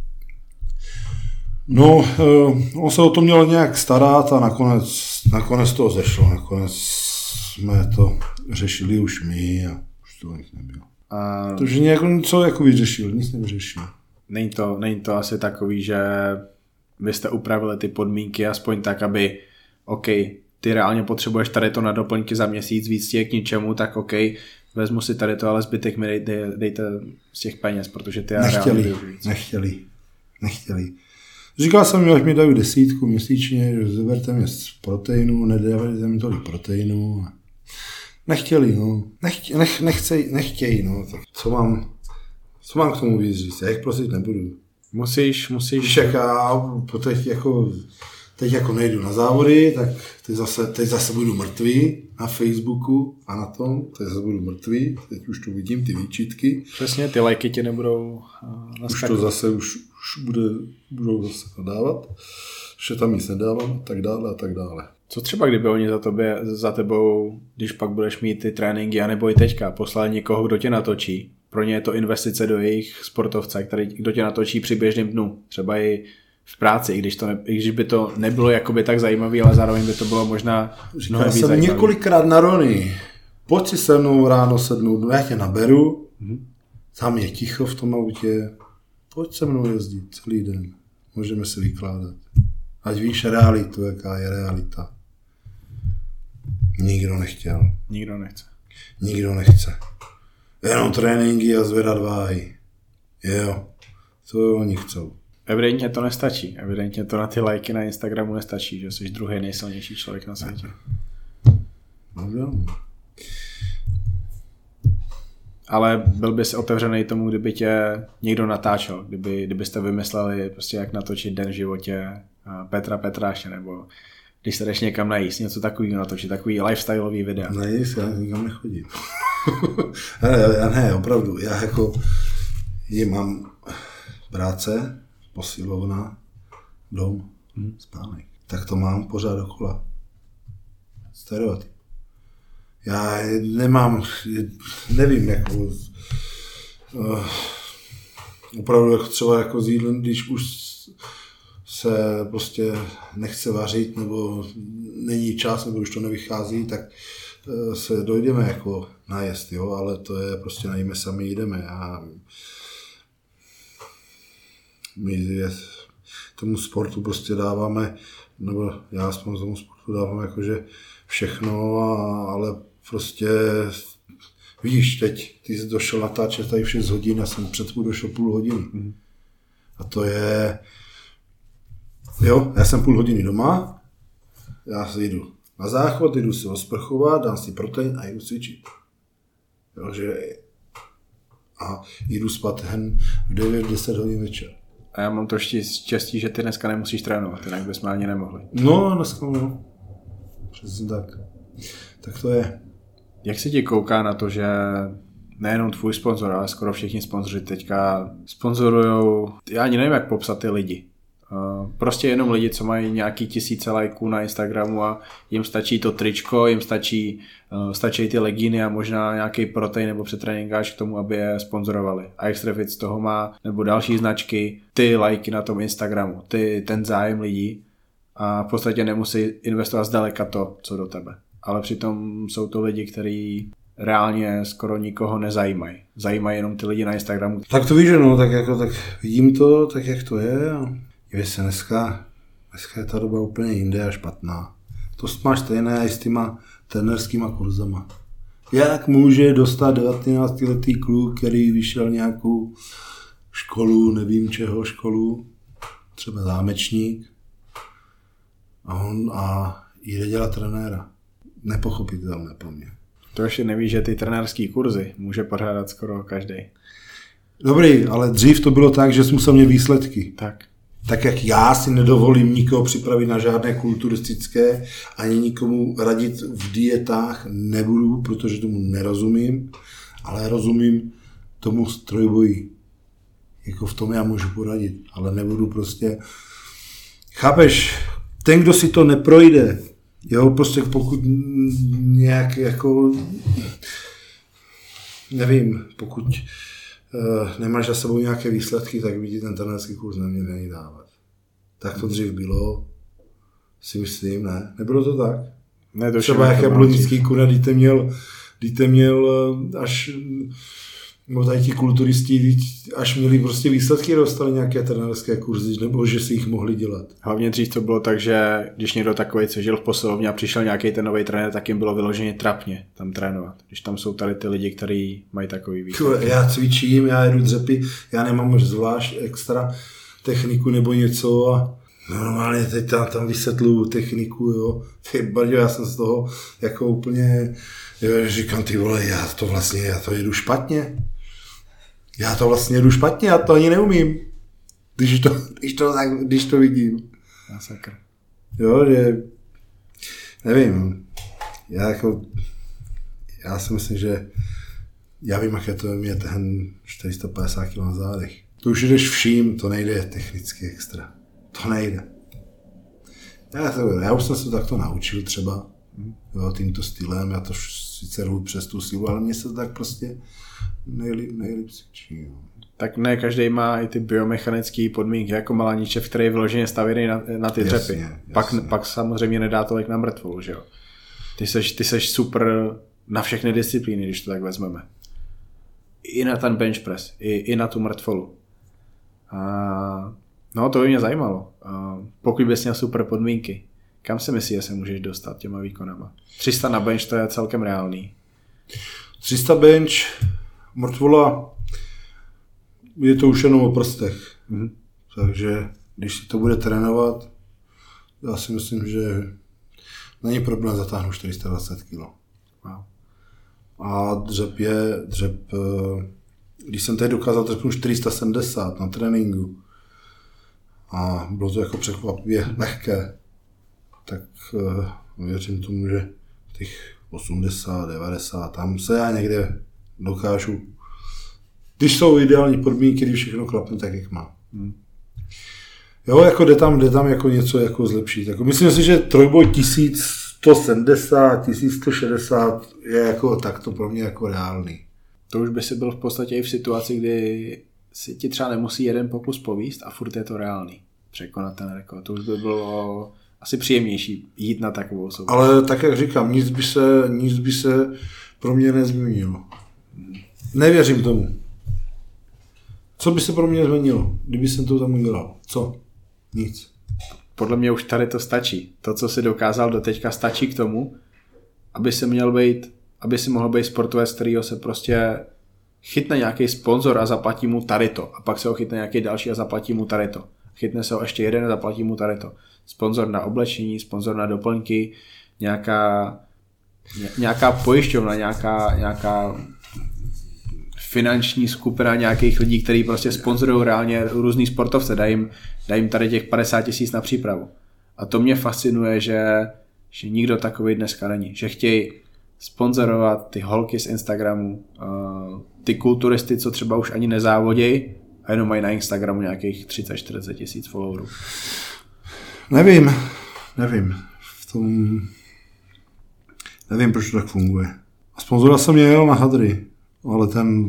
Speaker 2: No, on se o to měl nějak starat a nakonec to zešlo. Nakonec jsme to řešili už my a už to nic nebylo. Takže něco jako vyřešil, nic nevyřešil.
Speaker 1: Není to asi takový, že vy jste upravili ty podmínky aspoň tak, aby OK, ty reálně potřebuješ tady to na doplňky za měsíc, víc je k ničemu, tak OK, vezmu si tady to, ale zbytek mi dejte z těch peněz, protože ty
Speaker 2: Nechtěli. Říkal jsem, až mi dají 10 měsíčně, že zeberte mě z proteinu, nedávajte mi tolik proteinu. Nechtěli, no. Nechtějí, no. Tak co mám k tomu víc říct? Já jich prosit nebudu.
Speaker 1: Musíš.
Speaker 2: Když já teď jako nejdu na závody, tak teď zase budu mrtvý na Facebooku a na tom, teď zase budu mrtvý, teď už tu vidím ty výčitky.
Speaker 1: Přesně, ty lajky ti nebudou naskakovat.
Speaker 2: Už to zase budou zase nadávat, že tam nic nedávám a tak dále.
Speaker 1: Co třeba, kdyby oni za tebou, když pak budeš mít ty tréninky, anebo i teďka, poslali někoho, kdo tě natočí. Pro ně je to investice do jejich sportovce, kdo tě natočí při běžném dnu. Třeba i v práci, i když by to nebylo jakoby tak zajímavý, ale zároveň by to bylo možná
Speaker 2: mnohem víc zajímavý. Několikrát na Rony, pojď si se mnou ráno sednout, já tě naberu, tam je ticho v tom autě, pojď se mnou jezdit celý den, můžeme si vykládat. Ať víš realitu, jaká je realita. Nikdo nechtěl. Nikdo nechce. Jenom tréninky a zvedat váhy. Jo, to oni chcou.
Speaker 1: Evidentně to nestačí. Evidentně to na ty lajky na Instagramu nestačí, že jsi druhý nejsilnější člověk na světě.
Speaker 2: No.
Speaker 1: Ale byl bys otevřený tomu, kdyby tě někdo natáčel, kdybyste vymysleli prostě jak natočit den v životě Petra Petráše, nebo když se jdeš někam najíst, něco takového natočit, takový lifestyleový videa.
Speaker 2: Najíst, já nikam nechodím. ne, opravdu, já jako mám práce, posilovna, dom, spánek. Tak to mám pořád dokola. Stereotyp. Já nevím, jako opravdu jako třeba jako s jídlem, když už se prostě nechce vařit, nebo není čas, nebo už to nevychází, tak se dojdeme jako najest, jo, ale to je prostě najíme sami, jdeme a my tomu sportu prostě dáváme, nebo já aspoň tomu sportu dávám jakože všechno, ale prostě vidíš, teď ty jsi došel natáčet tady v 6 hodin, já jsem před došel půl hodiny. A to je, jo, já jsem půl hodiny doma, já si jdu na záchod, jdu si osprchovat, dám si protein a jdu cvičit. Jo, a jdu spát hned v 9-10 hodin večer.
Speaker 1: A já mám to štěstí, že ty dneska nemusíš trénovat, jinak bychom ani nemohli.
Speaker 2: No, dneska no. Přesně tak. Tak to je.
Speaker 1: Jak se ti kouká na to, že nejenom tvůj sponzor, ale skoro všichni sponzoři teďka sponzorujou, já ani nevím, jak popsat ty lidi. Prostě jenom lidi, co mají nějaký tisíce lajků na Instagramu a jim stačí to tričko, jim stačí ty legíny a možná nějaký protein nebo přetréninkáč k tomu, aby je sponzorovali. A Extrafit z toho má, nebo další značky, ty lajky na tom Instagramu, ten zájem lidí a v podstatě nemusí investovat zdaleka to, co do tebe. Ale přitom jsou to lidi, kteří reálně skoro nikoho nezajímají. Zajímají jenom ty lidi na Instagramu.
Speaker 2: Tak to víš, no, tak vidím to, tak jak to je. Dívej se, dneska je ta doba úplně jinde a špatná. To máš stejné i s těma trenerskýma kurzama. Jak může dostat 19letý kluk, který vyšel nějakou školu, nevím čeho školu, třeba Zámečník, a jde dělat trenéra. Nepochopitelné pro mě.
Speaker 1: To ještě neví, že ty trenérský kurzy může pořádat skoro každý.
Speaker 2: Dobrý, ale dřív to bylo tak, že jsi musel mít výsledky. Tak jak já si nedovolím nikoho připravit na žádné kulturistické, ani nikomu radit v dietách nebudu, protože tomu nerozumím, ale rozumím tomu strojboji. Jako v tom já můžu poradit, ale nebudu prostě... Chápeš, ten, kdo si to neprojde, jo, prostě pokud nějak jako... Nevím, pokud... nemáš za sebou nějaké výsledky, tak by ti ten trenérský kurz neměl dávat. Tak to dřív bylo, si myslím, ne? Nebylo to tak?
Speaker 1: Ne, to
Speaker 2: třeba jak jablonický kuna, když měl až, no tady ti kulturisti, až měli prostě výsledky, dostali nějaké trenérské kurzy, nebo že si jich mohli dělat.
Speaker 1: Hlavně dřív to bylo tak, že když někdo takový, co žil v posilovně a přišel nějaký ten nový trenér, tak jim bylo vyloženě trapně tam trénovat. Když tam jsou tady ty lidi, kteří mají takový výsledky.
Speaker 2: Já cvičím, já jedu dřepy, já nemám zvlášť extra techniku nebo něco a normálně teď tam vysvětluju techniku, jo. Ty Baďo, já jsem z toho jako úplně, jo, říkám, ty vole, já to jedu špatně. Já to ani neumím. Když to vidím.
Speaker 1: Masakr.
Speaker 2: Jo, že nevím. Já si myslím, že já vím, jak je to mít ten 450 kg na zádech. To už jdeš vším, to nejde technicky extra. To nejde. Já už jsem se takto naučil třeba, jo, tímto stylem, já to sice rvu přes tu sílu, ale mně se to tak prostě nejlíp cvičí.
Speaker 1: Tak ne každý má i ty biomechanické podmínky, jako Malaníčev, který je vyloženě stavěný na ty dřepy. Pak samozřejmě nedá tolik na mrtvolu, že jo. Ty seš super na všechny disciplíny, když to tak vezmeme. I na ten bench press, i na tu mrtvolu. No, to by mě zajímalo. Pokud bys měl super podmínky, kam si myslíš, že se můžeš dostat těma výkonama? 300 na bench, to je celkem reálný.
Speaker 2: 300 bench, mrtvola, je to už jenom o prstech. Takže když si to bude trénovat, já si myslím, že není problém zatáhnout 420 kg.
Speaker 1: Wow.
Speaker 2: A dřep, když jsem tady dokázal dřepnout 470 na tréninku a bylo to jako překvapivě lehké, tak věřím tomu, že těch 80, 90, tam se já někde dokážu. Když jsou ideální podmínky, když všechno klapne tak, jak má. Jo, jako jde tam jako něco jako zlepšit. Jako myslím si, že trojboj 1170, 1160 je jako takto pro mě jako reálný.
Speaker 1: To už by si byl v podstatě i v situaci, kdy si ti třeba nemusí jeden pokus povíst a furt je to reálný. Překonat ten rekord. To už by bylo asi příjemnější jít na takovou soutěž.
Speaker 2: Ale tak, jak říkám, nic by se pro mě nezměnilo. Nevěřím tomu. Co by se pro mě změnilo, kdyby jsem to tam udělal? Co? Nic.
Speaker 1: Podle mě už tady to stačí. To, co si dokázal doteďka, stačí k tomu, aby si mohl být sportovec, kterýho se prostě chytne nějaký sponzor a zaplatí mu tady to. A pak se ho chytne nějaký další a zaplatí mu tady to. Chytne se ho ještě jeden a zaplatí mu tady to. Sponzor na oblečení, sponzor na doplňky, nějaká pojišťovna, nějaká finanční skupina nějakých lidí, kteří prostě sponzorují reálně různý sportovce, dají jim tady těch 50 000 na přípravu. A to mě fascinuje, že nikdo takový dneska není. Že chtějí sponzorovat ty holky z Instagramu, ty kulturisty, co třeba už ani nezávodějí, A jenom mají na Instagramu nějakých 30-40 tisíc followerů.
Speaker 2: Nevím. Nevím, proč to tak funguje. A sponzora jsem měl na hadry, ale ten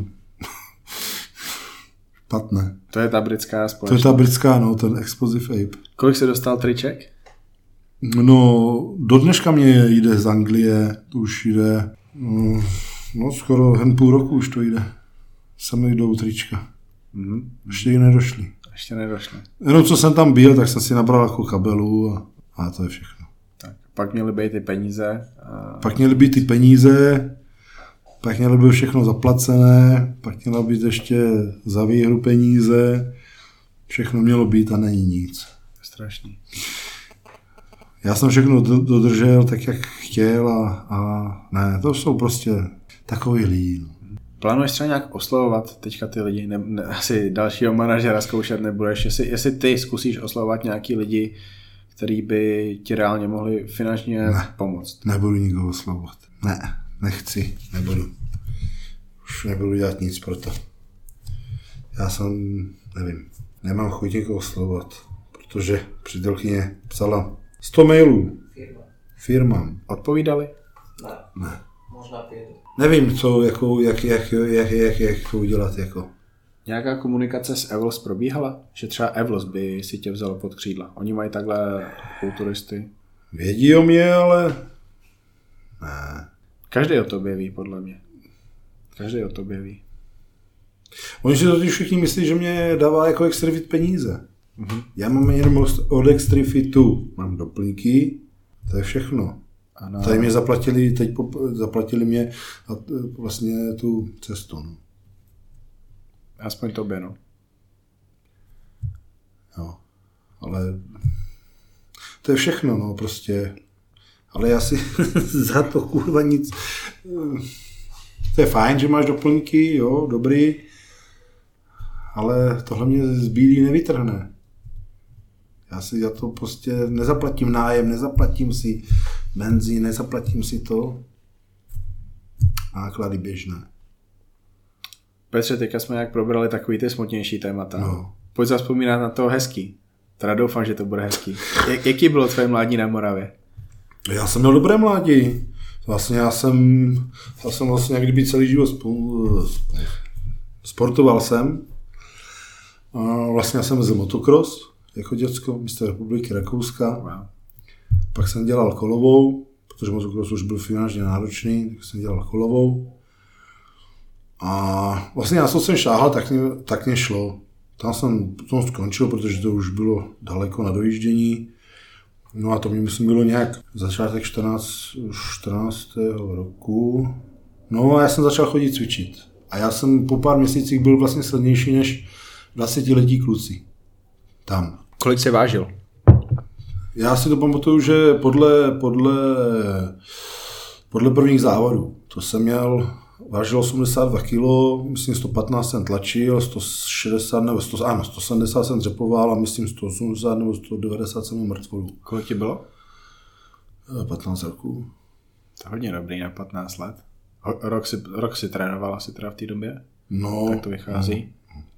Speaker 2: špatné.
Speaker 1: To je ta britská společnost.
Speaker 2: To je ta britská, no, ten Explosive Ape.
Speaker 1: Kolik jsi dostal triček?
Speaker 2: No, do dneška mě jde z Anglie, to už jde, no skoro jen půl roku už to jde. Sami jdou trička. Ještě jí nedošli. Jenom co jsem tam byl, tak jsem si nabral jako kabelu a to je všechno.
Speaker 1: Tak, pak měly být ty peníze.
Speaker 2: Pak měly být ty peníze, pak mělo být všechno zaplacené, pak mělo být ještě za výhru peníze, všechno mělo být a není nic.
Speaker 1: Strašný.
Speaker 2: Já jsem všechno dodržel tak, jak chtěl a ne, to jsou prostě takový lidi. No.
Speaker 1: Plánuješ třeba nějak oslovovat teďka ty lidi? Asi dalšího manažera zkoušet nebudeš. Jestli ty zkusíš oslovovat nějaký lidi, který by ti reálně mohli finančně pomoct?
Speaker 2: Nebudu nikoho oslovovat. Ne, nechci, nebudu. Už nebudu dělat nic pro to. Já nevím, nemám chuť někoho oslovovat, protože přítelkyně psala 100 mailů firmám.
Speaker 1: Odpovídali?
Speaker 2: Ne.
Speaker 3: Možná 5.
Speaker 2: Nevím, co, jako, jak to udělat. Jako.
Speaker 1: Nějaká komunikace s Evlos probíhala? Že třeba Evlos by si tě vzal pod křídla. Oni mají takhle kulturisty.
Speaker 2: Vědí o mě, ale ne.
Speaker 1: Každý o tobě ví, podle mě. Každý o tobě ví.
Speaker 2: Oni si totiž všichni myslí, že mě dává jako Extrafit peníze. Já mám jenom od Extrafitu. Mám doplňky, to je všechno. Ano. Tady mě zaplatili mě vlastně tu cestu. No.
Speaker 1: Aspoň tobě, no.
Speaker 2: Jo, ale to je všechno, no, prostě. Ale já si za to kurva nic. To je fajn, že máš doplňky, jo, dobrý, ale tohle mě z bílý nevytrhne. Já si za to prostě nezaplatím nájem, nezaplatím si benzín, nezaplatím si to. Náklady běžné.
Speaker 1: Petře, teďka jsme jak probrali takový ty smutnější témata.
Speaker 2: No.
Speaker 1: Pojď zavzpomínat na to hezký. Teda doufám, že to bude hezký. Jaký bylo tvoje mládí na Moravě?
Speaker 2: Já jsem měl dobré mládí. Vlastně já jsem vlastně jak kdyby celý život sportoval jsem. A vlastně jsem z motocross jako děcko, mistr republiky Rakouska.
Speaker 1: Wow.
Speaker 2: Pak jsem dělal kolovou, protože motocross už byl finančně náročný, tak jsem dělal kolovou. A vlastně já jsem šáhal, tak mě šlo. Tam jsem potom skončil, protože to už bylo daleko na dojíždění. No a to mě myslím bylo nějak začátek 14. roku. No a já jsem začal chodit cvičit. A já jsem po pár měsících byl vlastně silnější než 20letí kluci. Tam.
Speaker 1: Kolik jsi vážil?
Speaker 2: Já si to pamatuju, že podle prvních závodů. To jsem vážil 82 kg, myslím 115 jsem tlačil, 160 nebo 170 jsem dřepoval a myslím 180 nebo 190 jsem měl mrtvolu.
Speaker 1: Kolik ti bylo?
Speaker 2: 15 roků.
Speaker 1: To je hodně dobrý na 15 let. Rok si trénoval asi teda v té době?
Speaker 2: No.
Speaker 1: Tak to vychází.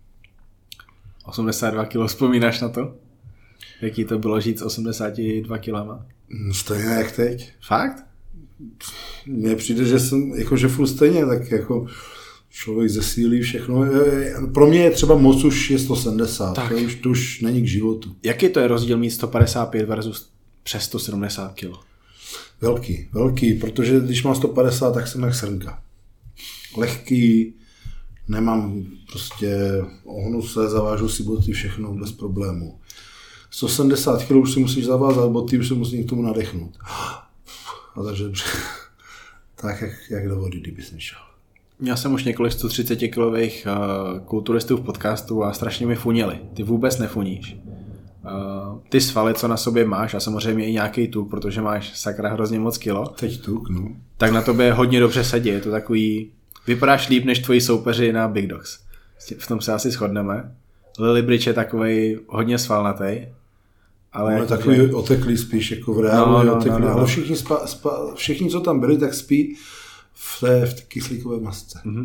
Speaker 1: 82 kg, vzpomínáš na to? Jaký to bylo žít s 82 kilama?
Speaker 2: Stejně jak teď.
Speaker 1: Fakt?
Speaker 2: Mně přijde, že jsem jakože furt stejně, tak jako člověk zesílí všechno. Pro mě je třeba moc už je 170, to už není k životu.
Speaker 1: Jaký to je rozdíl mít 155 versus přes 170 kg?
Speaker 2: Velký, protože když mám 150, tak jsem jak srnka. Lehký, nemám prostě, ohnu se, zavážu si boty, všechno bez problémů. 170 kg už si musíš zavázat boty, už se musím k tomu nadechnout. A takže tak jak do vody, kdyby jsem šel.
Speaker 1: Měl jsem už několik 130-kilových kulturistů v podcastu a strašně mi funěli. Ty vůbec nefuníš. Ty svaly, co na sobě máš, a samozřejmě i nějaký tuk, protože máš sakra hrozně moc kilo.
Speaker 2: Teď tuk, no.
Speaker 1: Tak na tobě hodně dobře sedí. Je to takový, vypadáš líp než tvoji soupeři na Big Dogs. V tom se asi shodneme. Lily Bridge je takovej hodně svalnatej. Ale
Speaker 2: jako takový oteklý spíš, jako v reálu oteklý. No. Ale všichni, co tam byli, tak spí v té kyslíkové masce.
Speaker 1: Mm-hmm.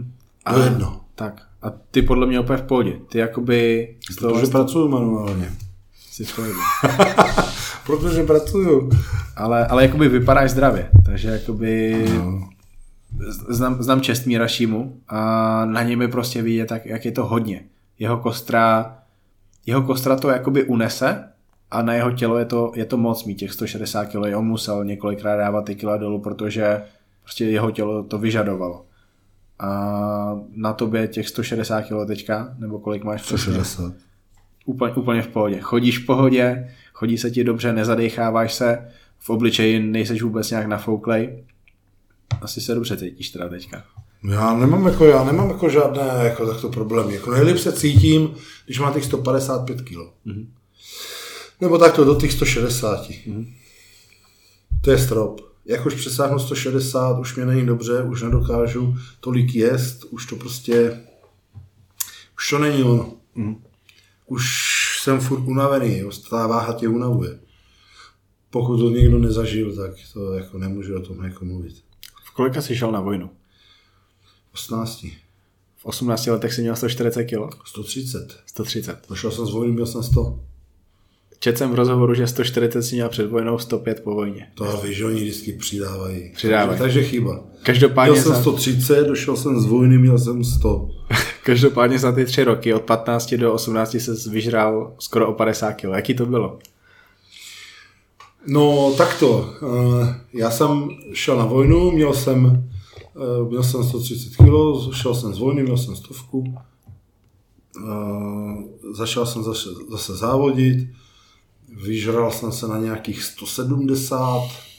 Speaker 2: To je jedno.
Speaker 1: Tak. A ty podle mě opět v pohodě. Ty jakoby...
Speaker 2: Protože pracuju manuálně.
Speaker 1: Jsi v pohodě.
Speaker 2: Protože pracuju.
Speaker 1: Ale jakoby vypadáš zdravě. Takže jakoby... No. Znám Čestmíra Šímu a na něm je prostě vidět, jak je to hodně. Jeho kostra to jakoby unese a na jeho tělo je to moc mít těch 160 kg. On musel několikrát dávat ty kila dolů, protože prostě jeho tělo to vyžadovalo. A na tobě těch 160 kg teďka, nebo kolik máš?
Speaker 2: 160.
Speaker 1: Úplně v pohodě. Chodíš v pohodě, chodí se ti dobře, nezadecháváš se, v obličeji nejseš vůbec nějak nafouklej. Asi se dobře cítíš teda teďka.
Speaker 2: Já nemám jako žádné jako takto problémy. Jako nejlíp se cítím, když má těch 155 kg. Mm-hmm. Nebo takto do těch 160. Mm-hmm. To je strop. Jak už přesáhnu 160, už mě není dobře, už nedokážu tolik jíst, už to není ono. Mm-hmm. Už jsem furt unavený, ta váha tě unavuje. Pokud to někdo nezažil, tak to jako nemůžu o tom jako mluvit.
Speaker 1: V kolika jsi šel na vojnu?
Speaker 2: 18.
Speaker 1: V 18 letech jsi měl 140 kg?
Speaker 2: 130.
Speaker 1: 130.
Speaker 2: Došel jsem z vojny, měl jsem 100.
Speaker 1: Četl jsem v rozhovoru, že 140 si měl před vojnou, 105 po vojně.
Speaker 2: To víš, že oni vždycky přidávají.
Speaker 1: Takže
Speaker 2: chyba.
Speaker 1: Každopádně
Speaker 2: měl jsem 130, došel jsem z vojny, měl jsem 100.
Speaker 1: Každopádně za ty 3 roky, od 15 do 18 se vyžral skoro o 50 kg. Jaký to bylo?
Speaker 2: No takto. Já jsem šel na vojnu, měl jsem 130 kg, šel jsem z vojny, měl jsem 100. Začal jsem zase závodit. Vyžral jsem se na nějakých 170.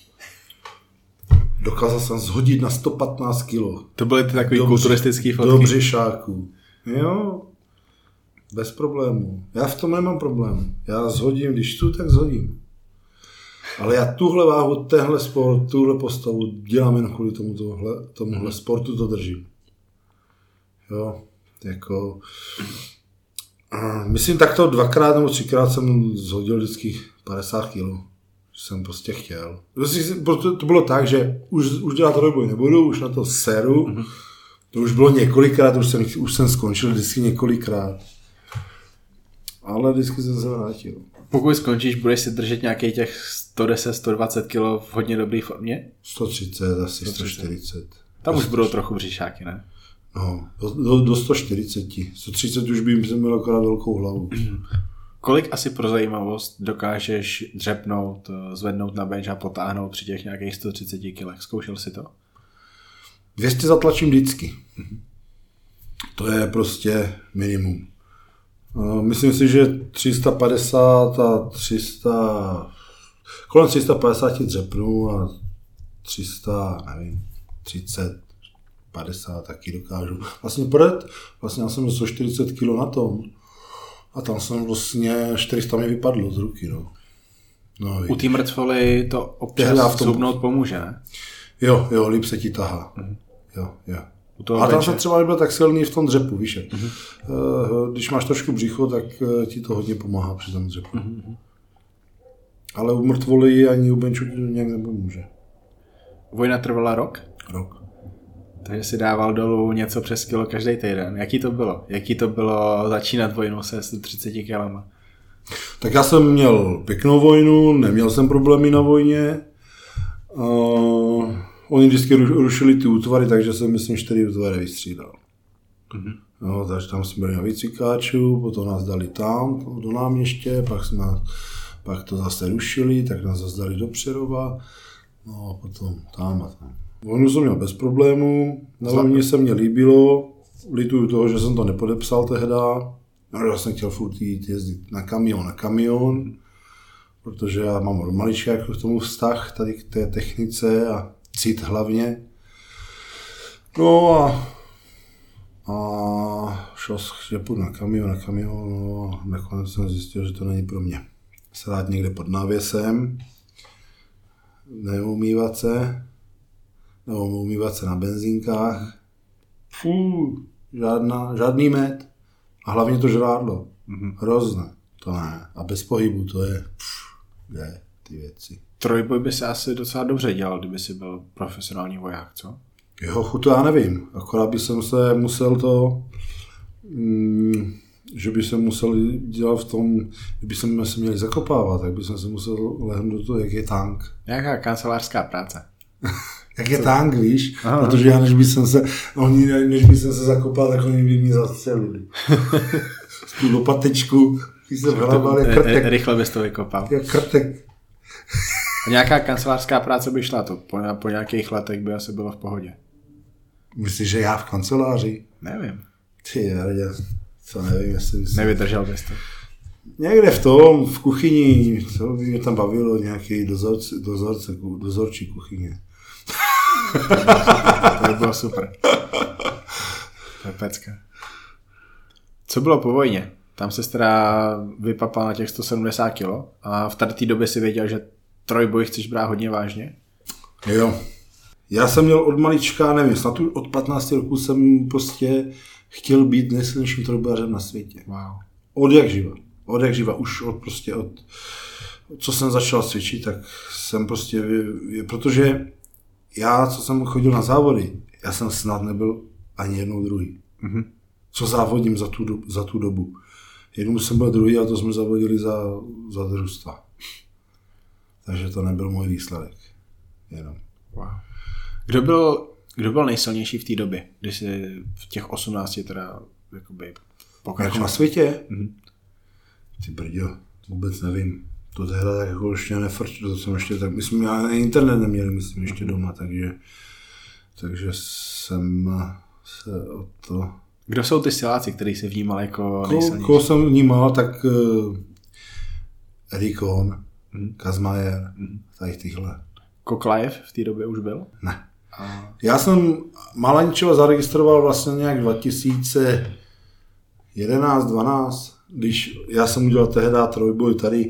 Speaker 2: Dokázal jsem shodit na 115 kg.
Speaker 1: To byly ty takový kulturistický fotky.
Speaker 2: Do břišáků. Jo, bez problémů. Já v tom nemám problém. Já shodím, když tu, tak shodím. Ale já tuhle váhu, tenhle sport, tuhle postavu dělám jen kvůli tomuhle sportu, to držím. Jo, jako... Myslím takto 2x nebo 3x jsem zhodil vždycky 50 kg. Jsem prostě chtěl. To bylo tak, že už dělat rodboj nebudu, už na to seru. Mm-hmm. To už bylo několikrát, už jsem skončil vždycky několikrát. Ale vždycky jsem se vrátil.
Speaker 1: Pokud skončíš, budeš si držet nějaký těch 110-120 kg v hodně dobré formě?
Speaker 2: 130, asi 140.
Speaker 1: Tam už budou trochu břišáky, ne?
Speaker 2: No, do 140. 130 už by jim měl akorát velkou hlavu.
Speaker 1: Kolik asi pro zajímavost dokážeš dřepnout, zvednout na bench a potáhnout při těch nějakých 130 kg? Zkoušel jsi to?
Speaker 2: 200 zatlačím vždycky. To je prostě minimum. Myslím si, že 350 a 300... Kolem 350 dřepnu a 300, nevím, 30, 50 taky dokážu. Vlastně já jsem 140 kg na tom a tam jsem vlastně 400 mi vypadlo z ruky, no.
Speaker 1: U té mrtvoly to občas zhubnout pomůže, ne?
Speaker 2: Jo, líp se ti tahá. Jo. A tam jsem třeba nebyl tak silný v tom dřepu, víš. Když máš trošku břicho, tak ti to hodně pomáhá při tom dřepu. Ale u mrtvoly ani u benchu ti to nějak nepomůže.
Speaker 1: Vojna trvala rok?
Speaker 2: Rok.
Speaker 1: Takže si dával dolů něco přes kilo každý týden. Jaký to bylo? Jaký to bylo začínat vojnu se 130 kilama?
Speaker 2: Tak já jsem měl pěknou vojnu, neměl jsem problémy na vojně. Oni vždycky rušili ty útvary, takže jsem myslím 4 útvary vystřídal. No, takže tam jsme byli na výcvikáčů, potom nás dali tam, do náměště, pak to zase rušili, tak nás zase dali do Přerova, no a potom tam a tam. Vojnu jsem měl bez problémů, na vojně se mně líbilo, lituju toho, že jsem to nepodepsal tehda, no, já jsem chtěl furt jít jezdit na kamion, protože já mám od malička jako k tomu vztah tady k té technice a cít hlavně. No a šel jsem na kamion, no a nakonec jsem zjistil, že to není pro mě. Srát někde pod návěsem, neumývat se na benzínkách. Žádný med. A hlavně to žrádlo. Hrozné. To ne. A bez pohybu to je ty věci.
Speaker 1: Trojboj by se asi docela dobře dělal, kdyby si byl profesionální voják, co?
Speaker 2: Jeho chutu já nevím, akorát by jsem se musel že by se musel dělat v tom, kdyby jsme se měli zakopávat, tak by jsem se musel lehnout do toho, jak je tank.
Speaker 1: Nějaká kancelářská práce.
Speaker 2: Jak je tank, víš?
Speaker 1: Aha.
Speaker 2: Protože já než by jsem se zakopal, tak oni by mě zastřelili. Z tu lopatečku, když jsem hrabal jak krtek.
Speaker 1: Rychle bys to vykopal.
Speaker 2: Jak krtek.
Speaker 1: A nějaká kancelářská práce by šla, to po nějakých letech by asi bylo v pohodě.
Speaker 2: Myslíš, že já v kanceláři?
Speaker 1: Nevím.
Speaker 2: Ty, co nevím, jestli
Speaker 1: Nevydržel bys to.
Speaker 2: Někde v kuchyni, co by mě tam bavilo, nějaký dozorčí kuchyně.
Speaker 1: To by bylo super. To je pecka. Co bylo po vojně? Tam se teda vypapal na těch 170 kilo a v té době si věděl, že trojboj chceš brát hodně vážně?
Speaker 2: Jo. Já jsem měl od malička, nevím, snad od 15 roku jsem prostě chtěl být nejsilnějším trojbojařem na světě.
Speaker 1: Wow.
Speaker 2: Od jak živa. Už co jsem začal cvičit, tak jsem prostě, protože já, co jsem chodil na závody, já jsem snad nebyl ani jednou druhý.
Speaker 1: Mm-hmm.
Speaker 2: Co závodím za tu dobu. Jednou jsem byl druhý a to jsme zavodili za družstva. Takže to nebyl můj výsledek. Jenom.
Speaker 1: Wow. Kdo byl nejsilnější v té době, když jsi v těch 18 teda jakoby pokračoval?
Speaker 2: Jako na světě?
Speaker 1: Mm-hmm.
Speaker 2: Ty brďo, vůbec nevím. To tehda tak jako ještě nefrčil, to jsem ještě tak, myslím, já internet neměl, myslím, ještě doma, takže jsem se o to...
Speaker 1: Kdo jsou ty siláci, který jsi vnímal jako nejsilnější?
Speaker 2: Koho jsem vnímal, tak Rikon, Kazmajer, tady tyhle. Koklajev
Speaker 1: v té době už byl?
Speaker 2: Ne. Já jsem Malaničeva zaregistroval vlastně nějak 2011-12, když já jsem udělal tehdy trojboj tady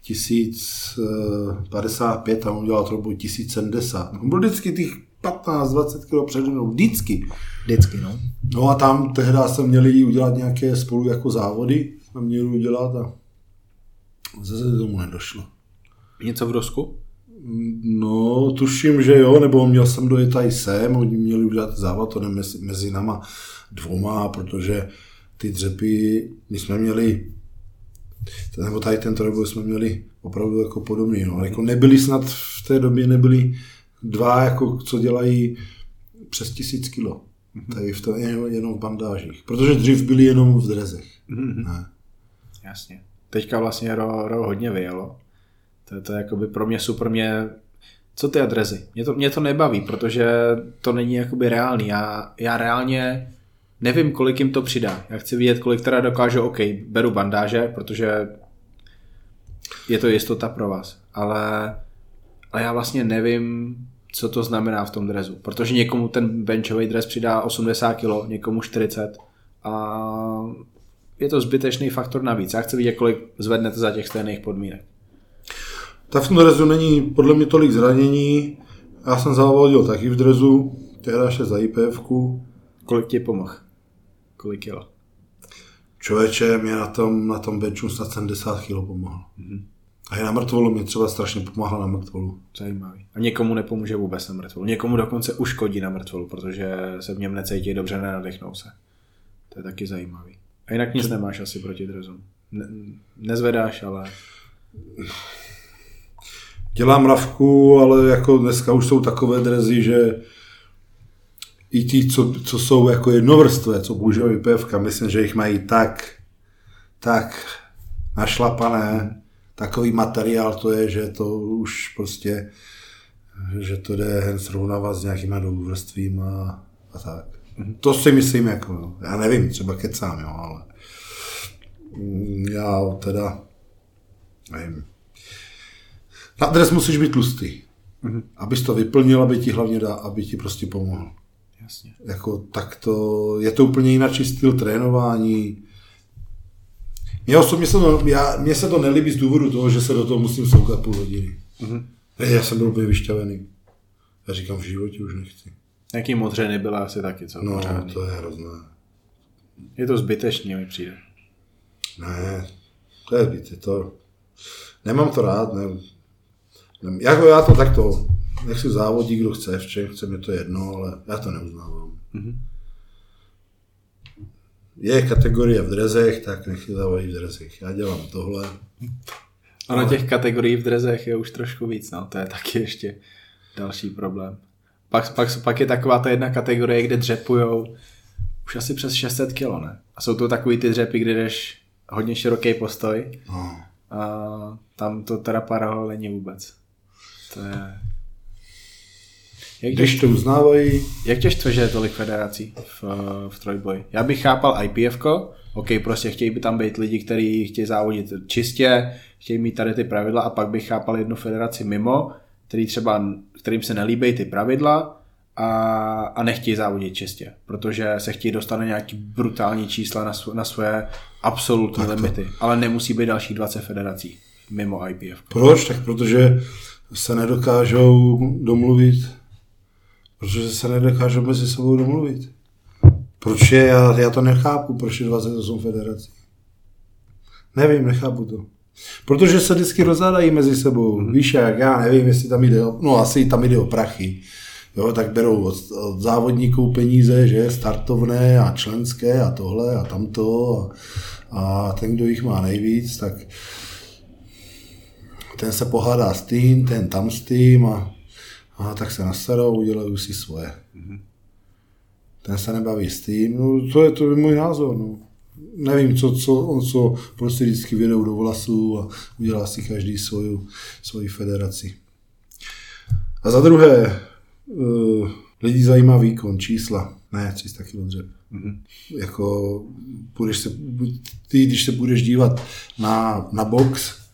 Speaker 2: 1055 a on udělal trojboj 1070. On byl vždycky těch 15-20 kg přede mnou, vždycky, no. No a tam tehdy jsme měli udělat nějaké spolu jako závody, jsme měli udělat a zase tomu nedošlo.
Speaker 1: Něco v Rusku?
Speaker 2: No, tuším, že jo, nebo měl jsem dojet tady sem, oni měli udělat závod, to mezi náma dvoma, protože ty dřepy, my jsme měli, nebo tady ten trojboj jsme měli opravdu jako podobný, no, jako nebyli snad v té době dva, jako co dělají přes 1000 kilo, tady jenom v bandážích, protože dřív byli jenom v drezech. Ne.
Speaker 1: Jasně. Teďka vlastně Ro hodně vyjelo. To je jakoby pro mě super, co ty adrezy? Mě to nebaví, protože to není jakoby reálný. Já reálně nevím, kolik jim to přidá. Já chci vidět, kolik teda dokážu, OK, beru bandáže, protože je to jistota pro vás. Ale já vlastně nevím, co to znamená v tom drezu. Protože někomu ten benchový dres přidá 80 kg, někomu 40 a je to zbytečný faktor navíc. Já chci vidět, kolik zvednete za těch stejných podmínek.
Speaker 2: Tak v tom drezu není podle mě tolik zranění. Já jsem závodil taky v drezu, tehda ještě za IPF-ku.
Speaker 1: Kolik ti pomohl? Kolik kilo?
Speaker 2: Člověče mě na tom benchu snad 70 kg pomohl. Mm-hmm. A i na mrtvolu mě třeba strašně pomáhla na mrtvolu.
Speaker 1: Zajímavý. A někomu nepomůže vůbec na mrtvolu. Někomu dokonce uškodí na mrtvolu, protože se v něm necítí dobře, nenadechnou se. To je taky zajímavý. A jinak nic nemáš asi proti drezům. Nezvedáš, ale...
Speaker 2: Dělám mravku, ale jako dneska už jsou takové drezy, že i ti, co jsou jako jednovrstvé, co používají IPF, myslím, že jich mají tak našlapané, takový materiál to je, že to už prostě, že to jde jen srovnávat s nějakýma dvouvrstvýma a tak. To si myslím, jako, no. Já nevím, třeba kecám, jo, ale já teda nevím. Na dres musíš být tlustý, abys to vyplnil, aby ti hlavně aby ti prostě pomohl.
Speaker 1: Jasně.
Speaker 2: Jako tak to, je to úplně jiný styl trénování. Mně se to nelíbí z důvodu toho, že se do toho musím soukat půl hodiny. Já jsem byl úplně vyšťavený. Já říkám, v životě už nechci.
Speaker 1: Jaký modřeny byla asi taky, co?
Speaker 2: No,
Speaker 1: pořádný.
Speaker 2: to je hrozné.
Speaker 1: Je to zbytečný, mi přijde.
Speaker 2: Ne, to je zbytečné. Nemám to rád, já to takto. Nech si závodí, kdo chce, v čem chce, mi to jedno, ale já to neuznávám. Je kategorie v drezech, tak nech si závodí v drezech. Já dělám tohle.
Speaker 1: Ano, těch kategorií v drezech je už trošku víc, no, to je taky ještě další problém. Pak je taková ta jedna kategorie, kde dřepujou už asi přes 600 kilo, ne? A jsou to takový ty dřepy, kde jdeš hodně široký postoj a tam to teda paralel není vůbec. To je...
Speaker 2: Když to uznávají...
Speaker 1: Jak tě štve, že je tolik federací v trojboji? Já bych chápal IPF-ko, ok, prostě chtějí by tam být lidi, kteří chtějí závodit čistě, chtějí mít tady ty pravidla a pak bych chápal jednu federaci mimo, kterým se nelíbí ty pravidla a nechtějí závodit čistě, protože se chtějí dostat na nějaký brutální čísla na svoje absolutní limity, ale nemusí být dalších 20 federací mimo IPF.
Speaker 2: Proč? Tak protože se nedokážou domluvit. Protože se nedokážou mezi sebou domluvit. Proč je? Já to nechápu, proč je 28 federací. Nevím, nechápu to. Protože se vždycky rozhádají mezi sebou. Víš jak, já nevím, jestli tam jde asi tam jde o prachy. Jo, tak berou od závodníků peníze, že startovné a členské a tohle a tamto a ten, kdo jich má nejvíc, tak ten se pohádá s tím, ten tam s tím a tak se naserou, udělají si svoje. Ten se nebaví s tím, no to je můj názor, no. Nevím, co prostě vždycky vědou do vlasů a udělá si každý svoji federaci. A za druhé, lidi zajímá výkon, čísla, ne 300 kg dřep. Jako, když se budeš dívat na box,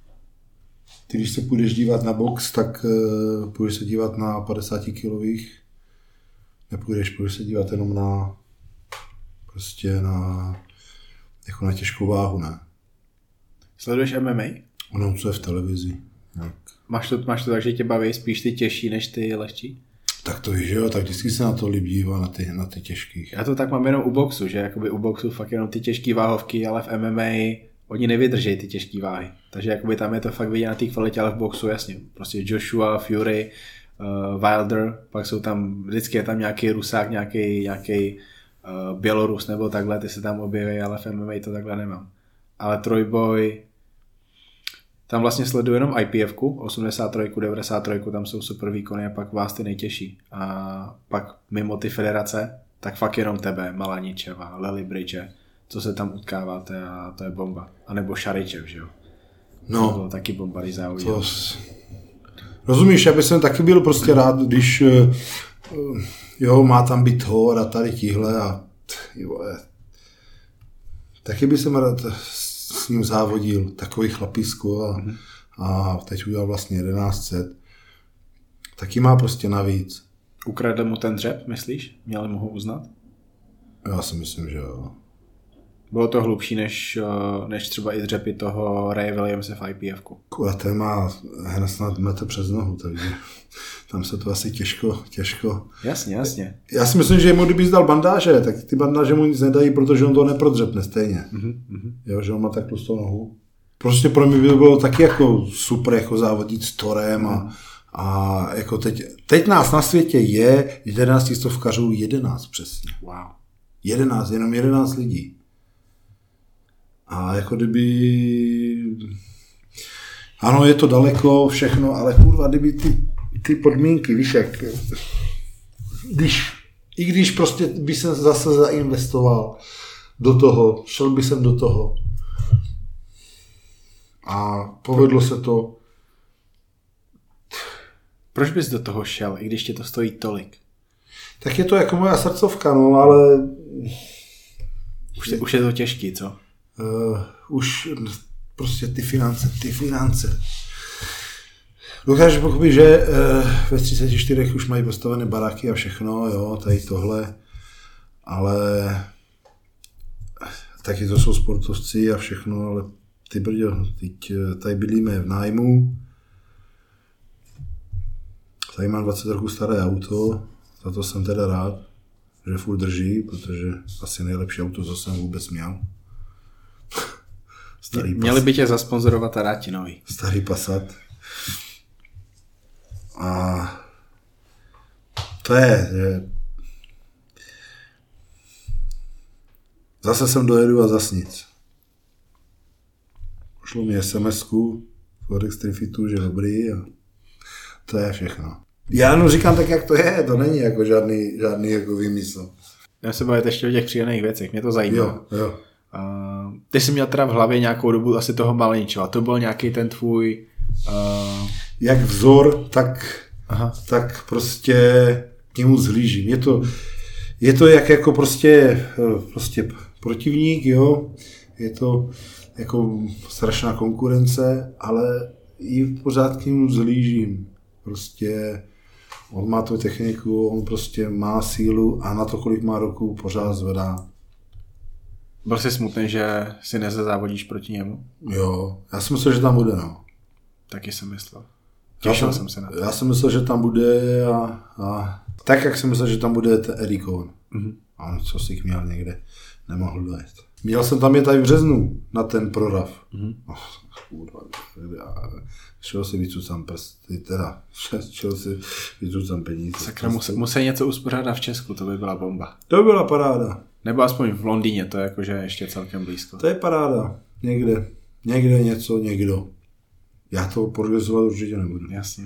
Speaker 2: tak půjdeš se dívat na 50 kilových, nepůjdeš se dívat jenom na těžkou váhu, ne.
Speaker 1: Sleduješ MMA?
Speaker 2: Ono, co je v televizi. Jak.
Speaker 1: Máš to tak, že tě baví spíš ty těžší než ty lehčí?
Speaker 2: Tak to víš, jo, tak vždycky se na to líp dívá, na ty těžkých.
Speaker 1: Já to tak mám jenom u boxu, že jakoby u boxu fakt jenom ty těžké váhovky, ale v MMA oni nevydržejí ty těžké váhy. Takže jakoby tam je to fakt vidět na té kvalitě, ale v boxu jasně. Prostě Joshua, Fury, Wilder, pak jsou tam, vždycky je tam nějaký Rusák, nějaký Bělorus nebo takhle, ty se tam objeví, ale v MMA to takhle nemám. Ale trojboj, tam vlastně sleduju jenom IPF-ku, 83, 93, tam jsou super výkony a pak vás ty nejtěžší. A pak mimo ty federace, tak fakt jenom tebe, Malaničeva, Lely Bridge, co se tam utkává, to je bomba. A nebo Šaričev, že jo?
Speaker 2: No.
Speaker 1: To bylo taky bomba, když závodil.
Speaker 2: Rozumíš, já bych jsem taky byl prostě rád, když má tam být Thor a tady tíhle a taky bych jsem rád s ním závodil, takový chlapisko a teď udělal vlastně 1100. Taky má prostě navíc.
Speaker 1: Ukradl mu ten dřep, myslíš? Měli mu ho uznat?
Speaker 2: Já si myslím, že jo.
Speaker 1: Bylo to hlubší než třeba i dřepy toho Ray Williamse v IPF-ku.
Speaker 2: A ten má snad metr přes nohu, takže tam se to asi těžko.
Speaker 1: Jasně.
Speaker 2: Já si myslím, že mu kdyby zdal bandáže, tak ty bandáže mu nic nedají, protože on to neprodřepne stejně. Jo, že on má tak tlustou nohu. Prostě pro mě by bylo taky jako super jako závodit s Thorem a jako teď nás na světě je 11 stovkařů, 11 přesně.
Speaker 1: Wow.
Speaker 2: 11, jenom 11 lidí. A jako kdyby... Ano, je to daleko, všechno, ale kurva, kdyby ty podmínky, víš jak... Když prostě by jsem zase zainvestoval do toho, šel by jsem do toho a povedlo se to.
Speaker 1: Proč bys do toho šel, i když tě to stojí tolik?
Speaker 2: Tak je to jako moja srdcovka, no, ale...
Speaker 1: Už je to těžký, co?
Speaker 2: Už prostě ty finance. Dokážu pochopit, že ve 34 už mají postavené baráky a všechno, jo, tady tohle, ale taky to jsou sportovci a všechno, ale ty brďo, teď tady bydlíme v nájmu, tady mám 20 roku staré auto, za to jsem teda rád, že furt drží, protože asi nejlepší auto, co jsem vůbec měl.
Speaker 1: Měli by tě zasponzorovat a rád ti nový.
Speaker 2: Starý Passat. A to je, že zase sem dojedu a zas nic. Pošlo mi SMS-ku od Extrefitu, že dobrý a to je všechno. Já jenom říkám tak, jak to je, to není jako žádný jako výmysl.
Speaker 1: Já se bavit ještě o těch příjemných věcech, mě to zajímá.
Speaker 2: Jo.
Speaker 1: Ty jsi měl teda v hlavě nějakou dobu asi toho Maleničova, to byl nějaký ten tvůj...
Speaker 2: Jak vzor, tak prostě k němu zhlížím. Je to jak jako prostě protivník, jo. Je to jako strašná konkurence, ale i pořád k němu zhlížím. Prostě on má tu techniku, on prostě má sílu a na to, kolik má roku, pořád zvedá.
Speaker 1: Byl jsi smutný, že si nezazávodíš proti němu?
Speaker 2: Jo, já jsem myslel, že tam bude, no.
Speaker 1: Taky jsem myslel. Těšil jsem se na to.
Speaker 2: Já jsem myslel, že tam bude a tak, jak jsem myslel, že tam bude ten Erik Owen. A co si měl někde, nemohl dojet. Měl jsem tam jet i v březnu na ten prorav. Kurva, šel si vycucám prsty, šel si vycucám peníze.
Speaker 1: Sakra, musí něco uspořádat v Česku, to by byla bomba.
Speaker 2: To by byla paráda.
Speaker 1: Nebo aspoň v Londýně, to je jakože ještě celkem blízko.
Speaker 2: To je paráda. Někde něco, někdo. Já to organizovat určitě nebudu.
Speaker 1: Jasně.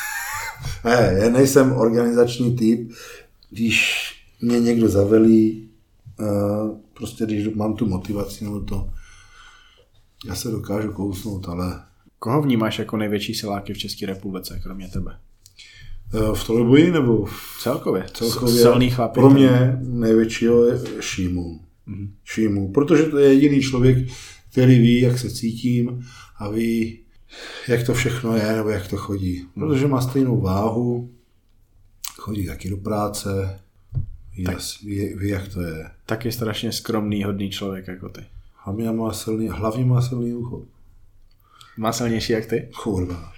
Speaker 2: Já nejsem organizační typ, když mě někdo zavelí, prostě když mám tu motivaci nebo to, já se dokážu kousnout, ale...
Speaker 1: Koho vnímáš jako největší siláky v České republice, kromě tebe?
Speaker 2: V trojboji nebo?
Speaker 1: Celkově.
Speaker 2: Silný chlapík. Pro mě největšího je Šímu, protože to je jediný člověk, který ví, jak se cítím a ví, jak to všechno je, nebo jak to chodí. Protože má stejnou váhu, chodí taky do práce, ví, jak to je.
Speaker 1: Taky strašně skromný, hodný člověk jako ty.
Speaker 2: Hlavně má silný ucho.
Speaker 1: Má silnější jak ty?
Speaker 2: Kurva.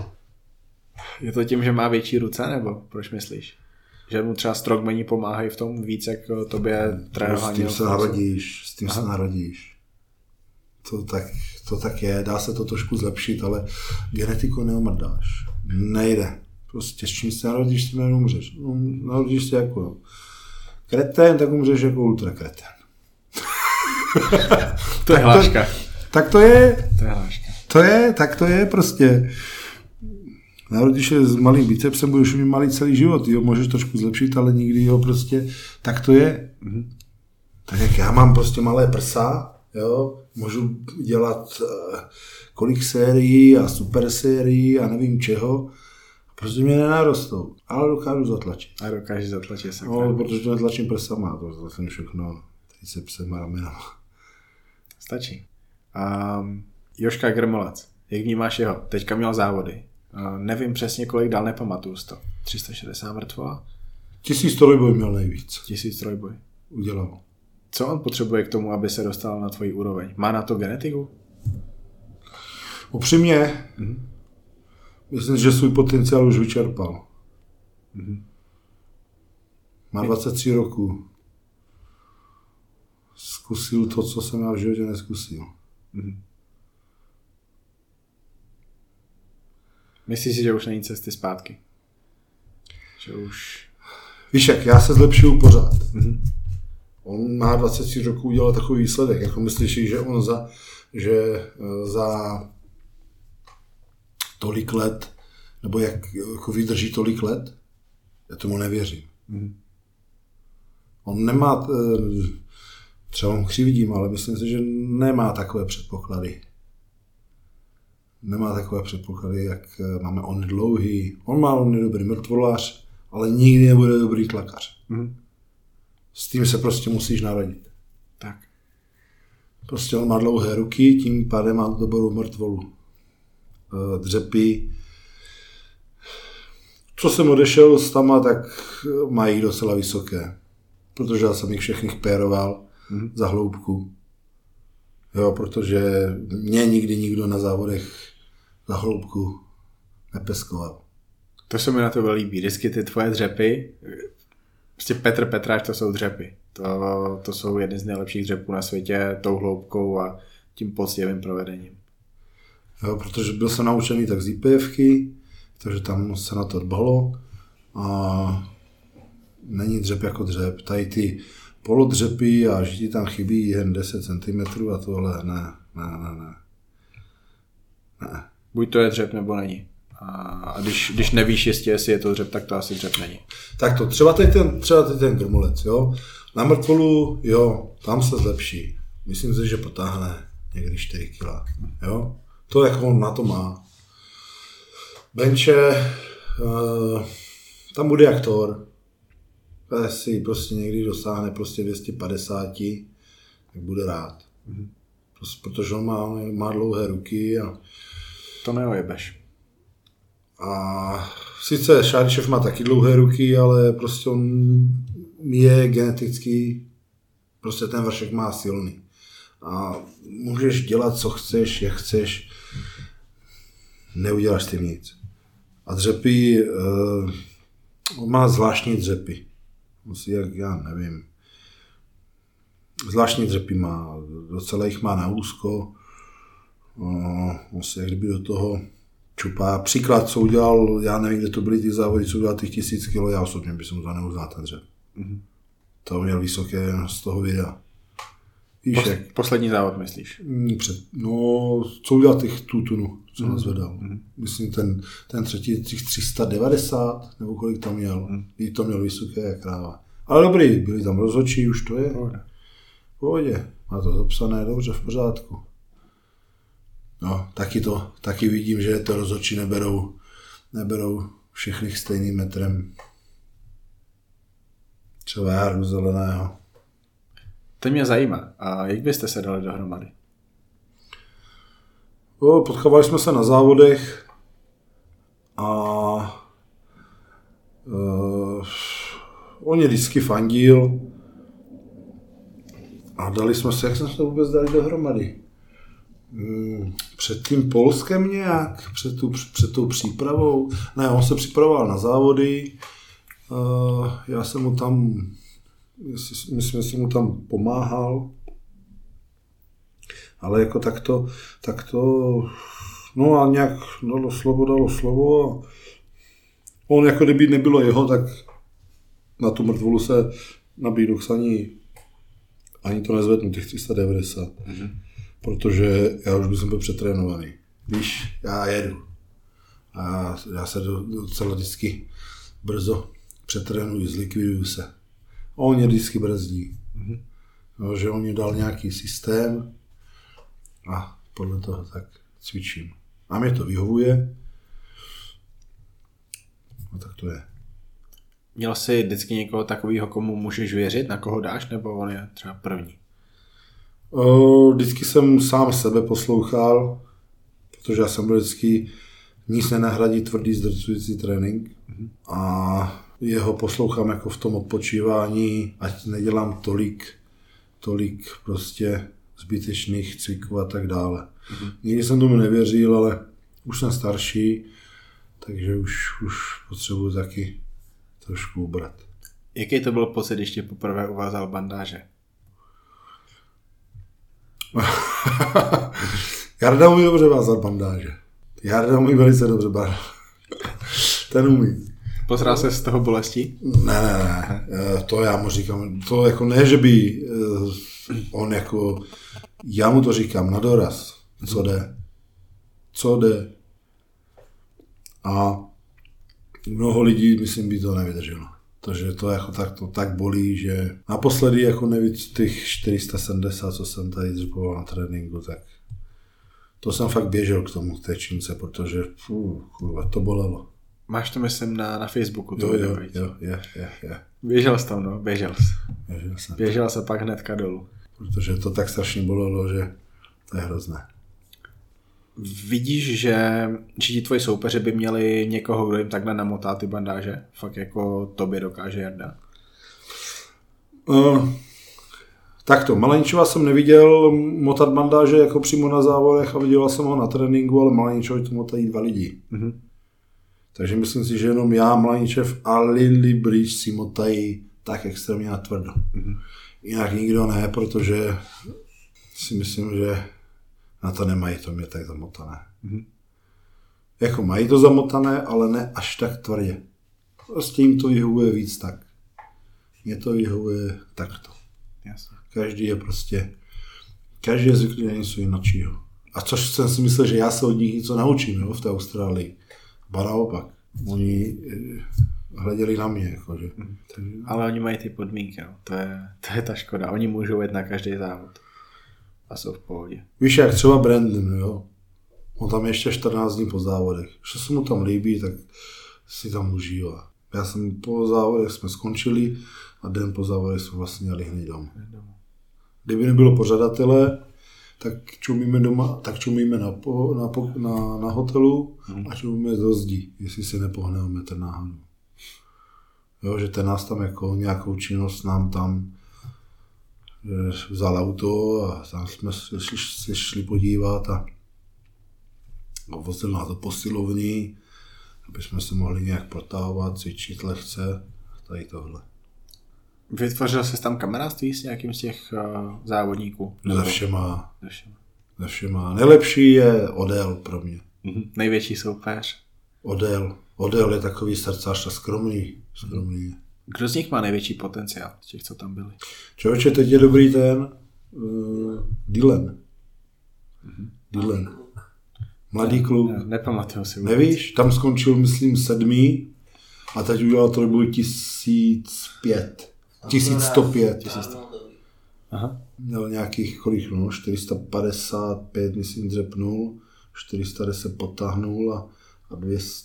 Speaker 1: Je to tím, že má větší ruce, nebo proč myslíš? Že mu třeba strongmani pomáhají v tom víc, jak tobě trénování?
Speaker 2: S tím se narodíš. To tak je, dá se to trošku zlepšit, ale genetiku neomrdáš. Nejde. Prostě s čím se narodíš, s tím neumřeš. Narodíš se jako kretén, tak umřeš jako ultrakretén.
Speaker 1: To je hláška.
Speaker 2: Tak to je.
Speaker 1: To je hláška.
Speaker 2: Tak to je prostě. Narodíš se s malým bicepsem, budeš mít malý celý život, jo, můžeš trošku zlepšit, ale nikdy ho prostě, tak to je. Tak jak já mám prostě malé prsa, jo, můžu dělat kolik sérií a super sérií a nevím čeho, prostě mě nenarostou, ale dokážu zatlačit.
Speaker 1: A dokážeš zatlačit se.
Speaker 2: No, protože netlačím prsama, to jsem všechno tricepsem a ramenama.
Speaker 1: Stačí. Joška Grmolec, jak vnímáš jeho? Teďka měl závody. Nevím přesně, kolik dál, nepamatuju to. 360 mrtvola?
Speaker 2: 1000 trojboj měl nejvíc.
Speaker 1: 1000 trojboj.
Speaker 2: Udělal.
Speaker 1: Co on potřebuje k tomu, aby se dostal na tvoji úroveň? Má na to genetiku?
Speaker 2: Upřímně, myslím, že svůj potenciál už vyčerpal. Má 23 roků. Zkusil to, co jsem já v životě neskusil.
Speaker 1: Myslíš si, že už není cesty zpátky? Že už...
Speaker 2: Víš jak, já se zlepšuju pořád. On má 23 roků udělal takový výsledek. Jako myslíš, že on za tolik let, nebo jako vydrží tolik let? Já tomu nevěřím. On nemá, třeba mu křivdím, ale myslím si, že nemá takové předpoklady. Nemá takové předpoklady, jak máme on dlouhý. On je dobrý mrtvolař, ale nikdy nebude dobrý tlakař. S tím se prostě musíš narodit.
Speaker 1: Tak.
Speaker 2: Prostě on má dlouhé ruky, tím pádem má dobrou mrtvolu. Dřepy. Co jsem odešel s tama, tak mají docela vysoké. Protože já jsem jich všechny péroval za hloubku. Jo, protože mě nikdy nikdo na závodech za hloubku nepeskoval.
Speaker 1: To se mi na to líbí. Vždycky ty tvoje dřepy, prostě Petr Petráš, to jsou dřepy. To jsou jedny z nejlepších dřepů na světě, tou hloubkou a tím poctivým provedením.
Speaker 2: Jo, protože byl jsem naučený tak z IPFky, takže tam se na to dbalo a není dřep jako dřep. Tady ty polodřepy a že ti tam chybí jen 10 cm a tohle, ne.
Speaker 1: Buď to je dřep, nebo není. A když nevíš jistě, jestli je to dřep, tak to asi dřep není.
Speaker 2: Tak to, třeba teď ten grmulec, jo. Na mrtvolu, jo, tam se zlepší. Myslím si, že potáhne někdy 4 kg, jo. To jako on na to má. Benče, tam bude jak Thor. Jestli prostě někdy dosáhne prostě 250, tak bude rád. Protože on má dlouhé ruky a
Speaker 1: to neojebeš.
Speaker 2: A sice Šáričev má taky dlouhé ruky, ale prostě on je geneticky, prostě ten vršek má silný. A můžeš dělat, co chceš, jak chceš, neuděláš s tím nic. A dřepy, on má zvláštní dřepy. Jak já nevím. Zvláštní dřepy má, docela jich má na úzko. Jak kdyby do toho čupá. Příklad, co udělal, já nevím, kde to byly ty závody, co udělal těch 1000 kg, já osobně bych mu to neuznal ten dřep. To měl vysoké z toho videa. Víš, jak?
Speaker 1: Poslední závod, myslíš?
Speaker 2: Co udělal tu tunu, co nás zvedal. Myslím, ten třetí, těch 390, nebo kolik tam měl. To měl vysoké jak kráva. Ale dobrý, byli tam rozhodčí, už to je. V pohodě, má to zapsané, dobře, v pořádku. No, taky vidím, že to rozhodčí neberou všechny stejným metrem. Třeba Jardu Zeleného.
Speaker 1: To mě zajímá. A jak byste se dali dohromady?
Speaker 2: Potkávali jsme se na závodech a on je vždycky fandil a dali jsme se, jak jsme se vůbec dali dohromady? Před tím Polskem nějak, před tou přípravou. Ne, on se připravoval na závody, já jsem mu tam, myslím, že jsem mu tam pomáhal, ale jako takto, no a nějak dalo slovo a on jako kdyby nebylo jeho, tak na tu mrtvolu se nabídl ani to nezvednu, těch 390. Protože já už jsem byl přetrénovaný. Víš, já jedu. A já se docela vždycky brzo přetrénuji, zlikviduju se. A on mě vždycky brzdí. No, že on mě dal nějaký systém a podle toho tak cvičím. A mě to vyhovuje. No tak to je.
Speaker 1: Měl jsi vždycky někoho takového, komu můžeš věřit, na koho dáš, nebo on je třeba první?
Speaker 2: Vždycky jsem sám sebe poslouchal, protože já jsem byl vždycky nic nenahradí tvrdý zdrcující trénink a jeho poslouchám jako v tom odpočívání, ať nedělám tolik prostě zbytečných cviků a tak dále. Nikdy jsem tomu nevěřil, ale už jsem starší, takže už potřebuji taky trošku ubrat.
Speaker 1: Jaký to byl pocit, když tě poprvé uvázal bandáže?
Speaker 2: Jarda umí dobře vázat bandáže. Jarda umí velice dobře vázat. Ten umí.
Speaker 1: Posral se z toho bolestí?
Speaker 2: Ne. To já mu říkám. To jako ne, že by on jako... Já mu to říkám na doraz. Co jde. A mnoho lidí, myslím, by to nevydrželo. Takže to jako tak bolí, že naposledy jako nevíc těch 470, co jsem tady dřepoval na tréninku, tak to jsem fakt běžel k tomu té čince, protože kurva, to bolelo.
Speaker 1: Máš to, myslím, na Facebooku.
Speaker 2: Jo.
Speaker 1: Běžel jsi tam, no, běžel jsi. Běžel se pak hnedka dolů.
Speaker 2: Protože to tak strašně bolelo, že to je hrozné.
Speaker 1: Vidíš, že ti tvoji soupeři by měli někoho, kdo jim takhle namotá ty bandáže? Fakt jako tobě dokáže Jarda?
Speaker 2: Takto, Maleničova jsem neviděl motat bandáže jako přímo na závodech a viděl jsem ho na tréninku, ale Maleničovi to motají 2 lidi. Takže myslím si, že jenom já, Maleničev a Lily Bridge si motají tak extrémně natvrdo. Jinak nikdo ne, protože si myslím, že na to nemají, to mě tak zamotané. Jako mají to zamotané, ale ne až tak tvrdě. Prostě jim to vyhovuje víc tak. Mně to vyhovuje takto.
Speaker 1: Jasně.
Speaker 2: Každý je zvyklý na něco jiného. A což jsem si myslel, že já se od nich něco naučím, jo, v té Austrálii. Ba naopak. Oni hleděli na mě. Jakože.
Speaker 1: Ale oni mají ty podmínky, no. To je ta škoda. Oni můžou jet na každý závod. A jsou v pohodě.
Speaker 2: Víš, jak třeba Brandon, jo. On tam ještě 14 dní po závodech. Že se mu tam líbí, tak si tam užívá. Já jsem po závodech jsme skončili a den po závodech jsme vlastně jeli hned domů. Kdyby nebylo pořadatele, tak čumíme doma, tak čumíme na hotelu a čumíme do zdí, jestli se nepohneme metr náhodou. Jo, že ten nás tam jako nějakou činnost nám tam vzal auto a tam jsme se šli podívat a vozil nás do posilovny, aby jsme se mohli nějak protahovat, cvičit lehce, tady tohle.
Speaker 1: Vytvořil jsi tam kamarádství s nějakým z těch závodníků?
Speaker 2: Ze všema. Nejlepší je Odell pro mě.
Speaker 1: Největší soupeř?
Speaker 2: Odell je takový srdcař a skromný.
Speaker 1: Kdo z nich má největší potenciál, z těch, co tam byli?
Speaker 2: Člověče, teď je dobrý ten Dylan. Mladý kluk.
Speaker 1: Nepamatuju si.
Speaker 2: Nevíš? Tam skončil, myslím, 7. a teď udělal trojboj 1105.
Speaker 1: Aha.
Speaker 2: Měl nějakých kolik, 455, myslím, dřepnul, 410 potáhnul a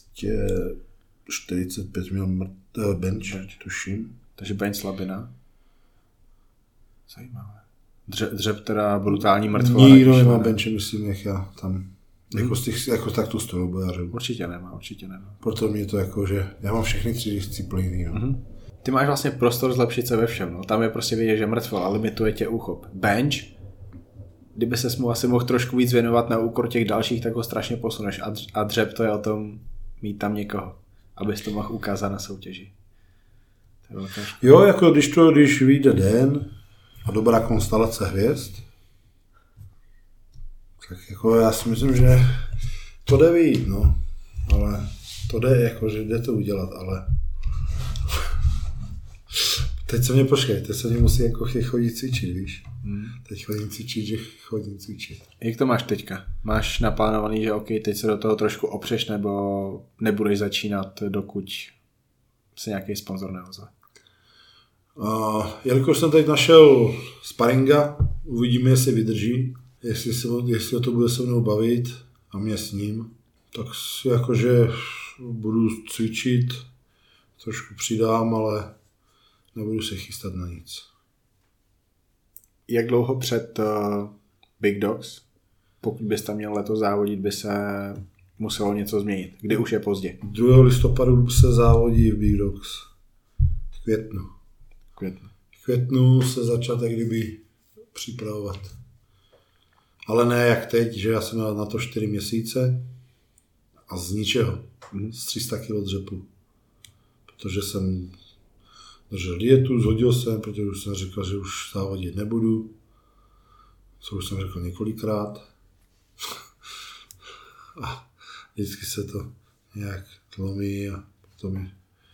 Speaker 2: 245 měl bench, tuším.
Speaker 1: Takže bench slabina. Zajímavé. Dřep teda brutální mrtvola.
Speaker 2: Nikdo nemá benche, myslím, jak já tam. Jako tak tu strojobojařů.
Speaker 1: Určitě nemá.
Speaker 2: Proto mě to jako, že já mám všechny 3 disciplíny. No.
Speaker 1: Ty máš vlastně prostor zlepšit se ve všem. No. Tam je prostě vidět, že mrtvola limituje tě úchop. Bench, kdyby ses mu asi mohl trošku víc věnovat na úkor těch dalších, tak ho strašně posuneš. A dřep to je o tom mít tam někoho, abys to mohl ukázat na soutěži.
Speaker 2: Jo, jako když vyjde den a dobrá konstelace hvězd, tak jako já si myslím, že to jde vyjít, no. Ale to jde, jako, že jde to udělat, ale teď se mě musí jako chodit cvičit, víš. Teď chodím cvičit.
Speaker 1: Jak to máš teďka? Máš naplánovaný, že OK, teď se do toho trošku opřeš, nebo nebudeš začínat, dokud se nějaký sponzor neozve?
Speaker 2: Jelikož jsem teď našel sparinga, uvidíme, jestli vydrží, jestli to bude se mnou bavit a mě s ním, tak si jakože budu cvičit, trošku přidám, ale nebudu se chystat na nic.
Speaker 1: Jak dlouho před Big Dogs, pokud bys tam měl letos závodit, by se muselo něco změnit? Kdy už je pozdě?
Speaker 2: 2. listopadu se závodí v Big Dogs. V květnu se začal tak kdyby připravovat. Ale ne jak teď, že já jsem měl na to 4 měsíce a z ničeho. Z 300 kg dřepu. Protože jsem držel dietu, zhodil jsem, protože už jsem říkal, že už závodit nebudu. Co už jsem řekl několikrát. A vždycky se to nějak tlomí a potom je...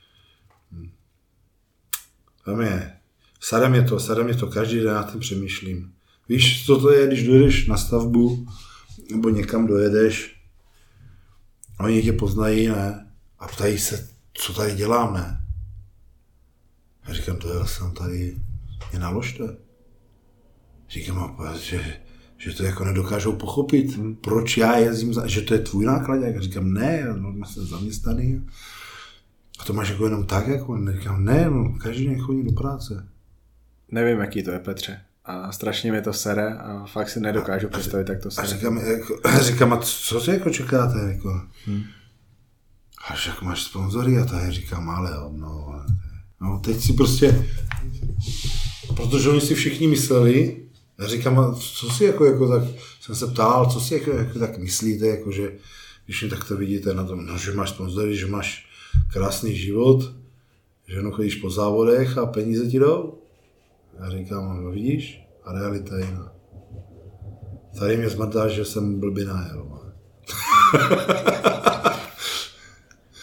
Speaker 2: Tam je. Sada mě to, každý den na tím přemýšlím. Víš, co to je, když dojedeš na stavbu, nebo někam dojedeš, a oni tě poznají, ne? A ptají se, co tady dělám, ne? A říkám, dojel jsem tady, mě naložte. Říkám, že to jako nedokážou pochopit, proč já jezdím, že to je tvůj nákladák. A říkám, ne, no, jsem zaměstnaný. A to máš jako jenom tak, jako říkám, ne, no, každý den chodí do práce.
Speaker 1: Nevím, jaký to je, Petře. A strašně mě to sere a fakt si nedokážu představit, jak to sere.
Speaker 2: A říkám, a co si jako čekáte? Jako? Až jak máš sponzory a tak říkám, ale no, teď si prostě, protože oni si všichni mysleli, já říkám, a co si jako tak, jsem se ptal, co si jako tak myslíte, jako že když mě takto vidíte na tom, no, že máš sponzory, že máš krásný život, že jenom chodíš po závodech a peníze ti jdou. Já říkám, no vidíš, a realita je jiná. Tady mě zmrdá, že jsem blbina jel.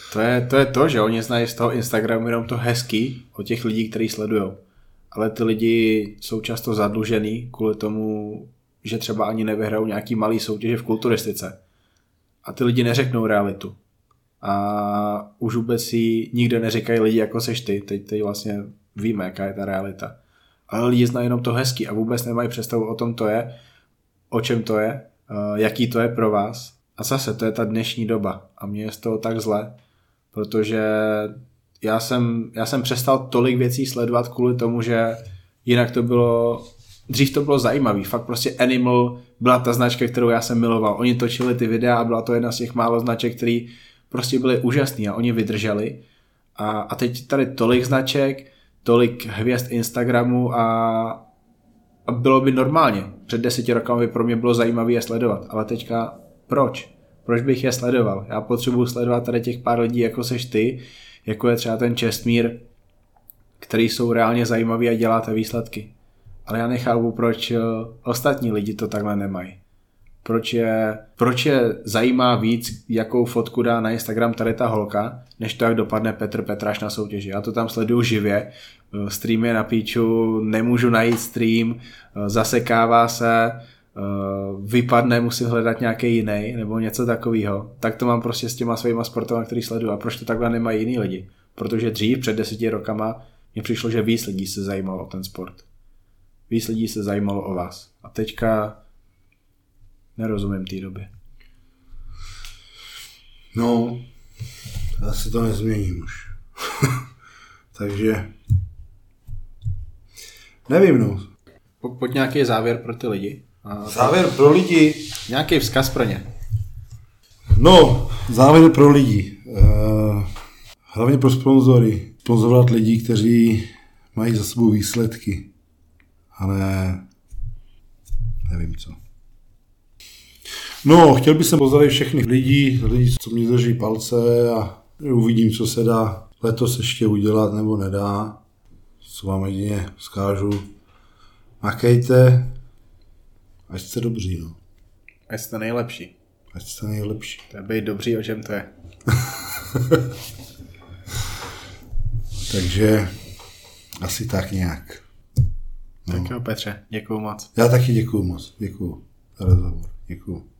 Speaker 1: To je to, že oni znají z toho Instagramu jenom to hezký od těch lidí, kteří sledujou. Ale ty lidi jsou často zadlužený kvůli tomu, že třeba ani nevyhrajou nějaký malý soutěže v kulturistice. A ty lidi neřeknou realitu. A už vůbec si nikde neříkají lidi, jako seš ty. Teď vlastně víme, jaká je ta realita. Ale lidi znají jenom to hezký a vůbec nemají představu o tom, to je, o čem to je, jaký to je pro vás. A zase, to je ta dnešní doba. A mně je z toho tak zle, protože já jsem přestal tolik věcí sledovat kvůli tomu, že jinak to bylo, dřív to bylo zajímavý. Fakt prostě Animal byla ta značka, kterou já jsem miloval. Oni točili ty videa a byla to jedna z těch málo značek, které prostě byly úžasný a oni vydrželi. A teď tady tolik značek, tolik hvězd Instagramu a bylo by normálně. Před 10 roky by pro mě bylo zajímavé je sledovat. Ale teďka proč? Proč bych je sledoval? Já potřebuji sledovat tady těch pár lidí, jako seš ty, jako je třeba ten Čestmír, který jsou reálně zajímaví a děláte výsledky. Ale já nechápu, proč ostatní lidi to takhle nemají. Proč je zajímá víc, jakou fotku dá na Instagram tady ta holka, než to, jak dopadne Petr Petráš na soutěži. Já to tam sleduju živě, stream je na píču, nemůžu najít stream, zasekává se, vypadne, musím hledat nějaký jiný nebo něco takového. Tak to mám prostě s těma svýma sportama, který sleduju. A proč to takhle nemají jiný lidi? Protože dřív, před 10 rokama, mně přišlo, že víc lidí se zajímalo o ten sport. Víc lidí se zajímalo o vás. A teďka nerozumím té době.
Speaker 2: No, já si to nezměním už. Takže nevím, no.
Speaker 1: Pojď nějaký závěr pro ty lidi.
Speaker 2: Závěr pro lidi.
Speaker 1: Nějaký vzkaz pro ně.
Speaker 2: No, závěr pro lidi. Hlavně pro sponzory. Sponzorovat lidi, kteří mají za sebou výsledky. Ale nevím co. No, chtěl bych pozdravit všechny lidi, co mě drží palce a uvidím, co se dá letos ještě udělat nebo nedá. Co vám jedině vzkážu. Makejte, ať jste dobří, no.
Speaker 1: Ať jste nejlepší.
Speaker 2: Ať jste nejlepší.
Speaker 1: To je být dobrý, o čem to je.
Speaker 2: Takže asi tak nějak.
Speaker 1: No. Tak jo, Petře, děkuju moc.
Speaker 2: Já taky děkuju moc. Děkuju za rozhovor. Děkuju.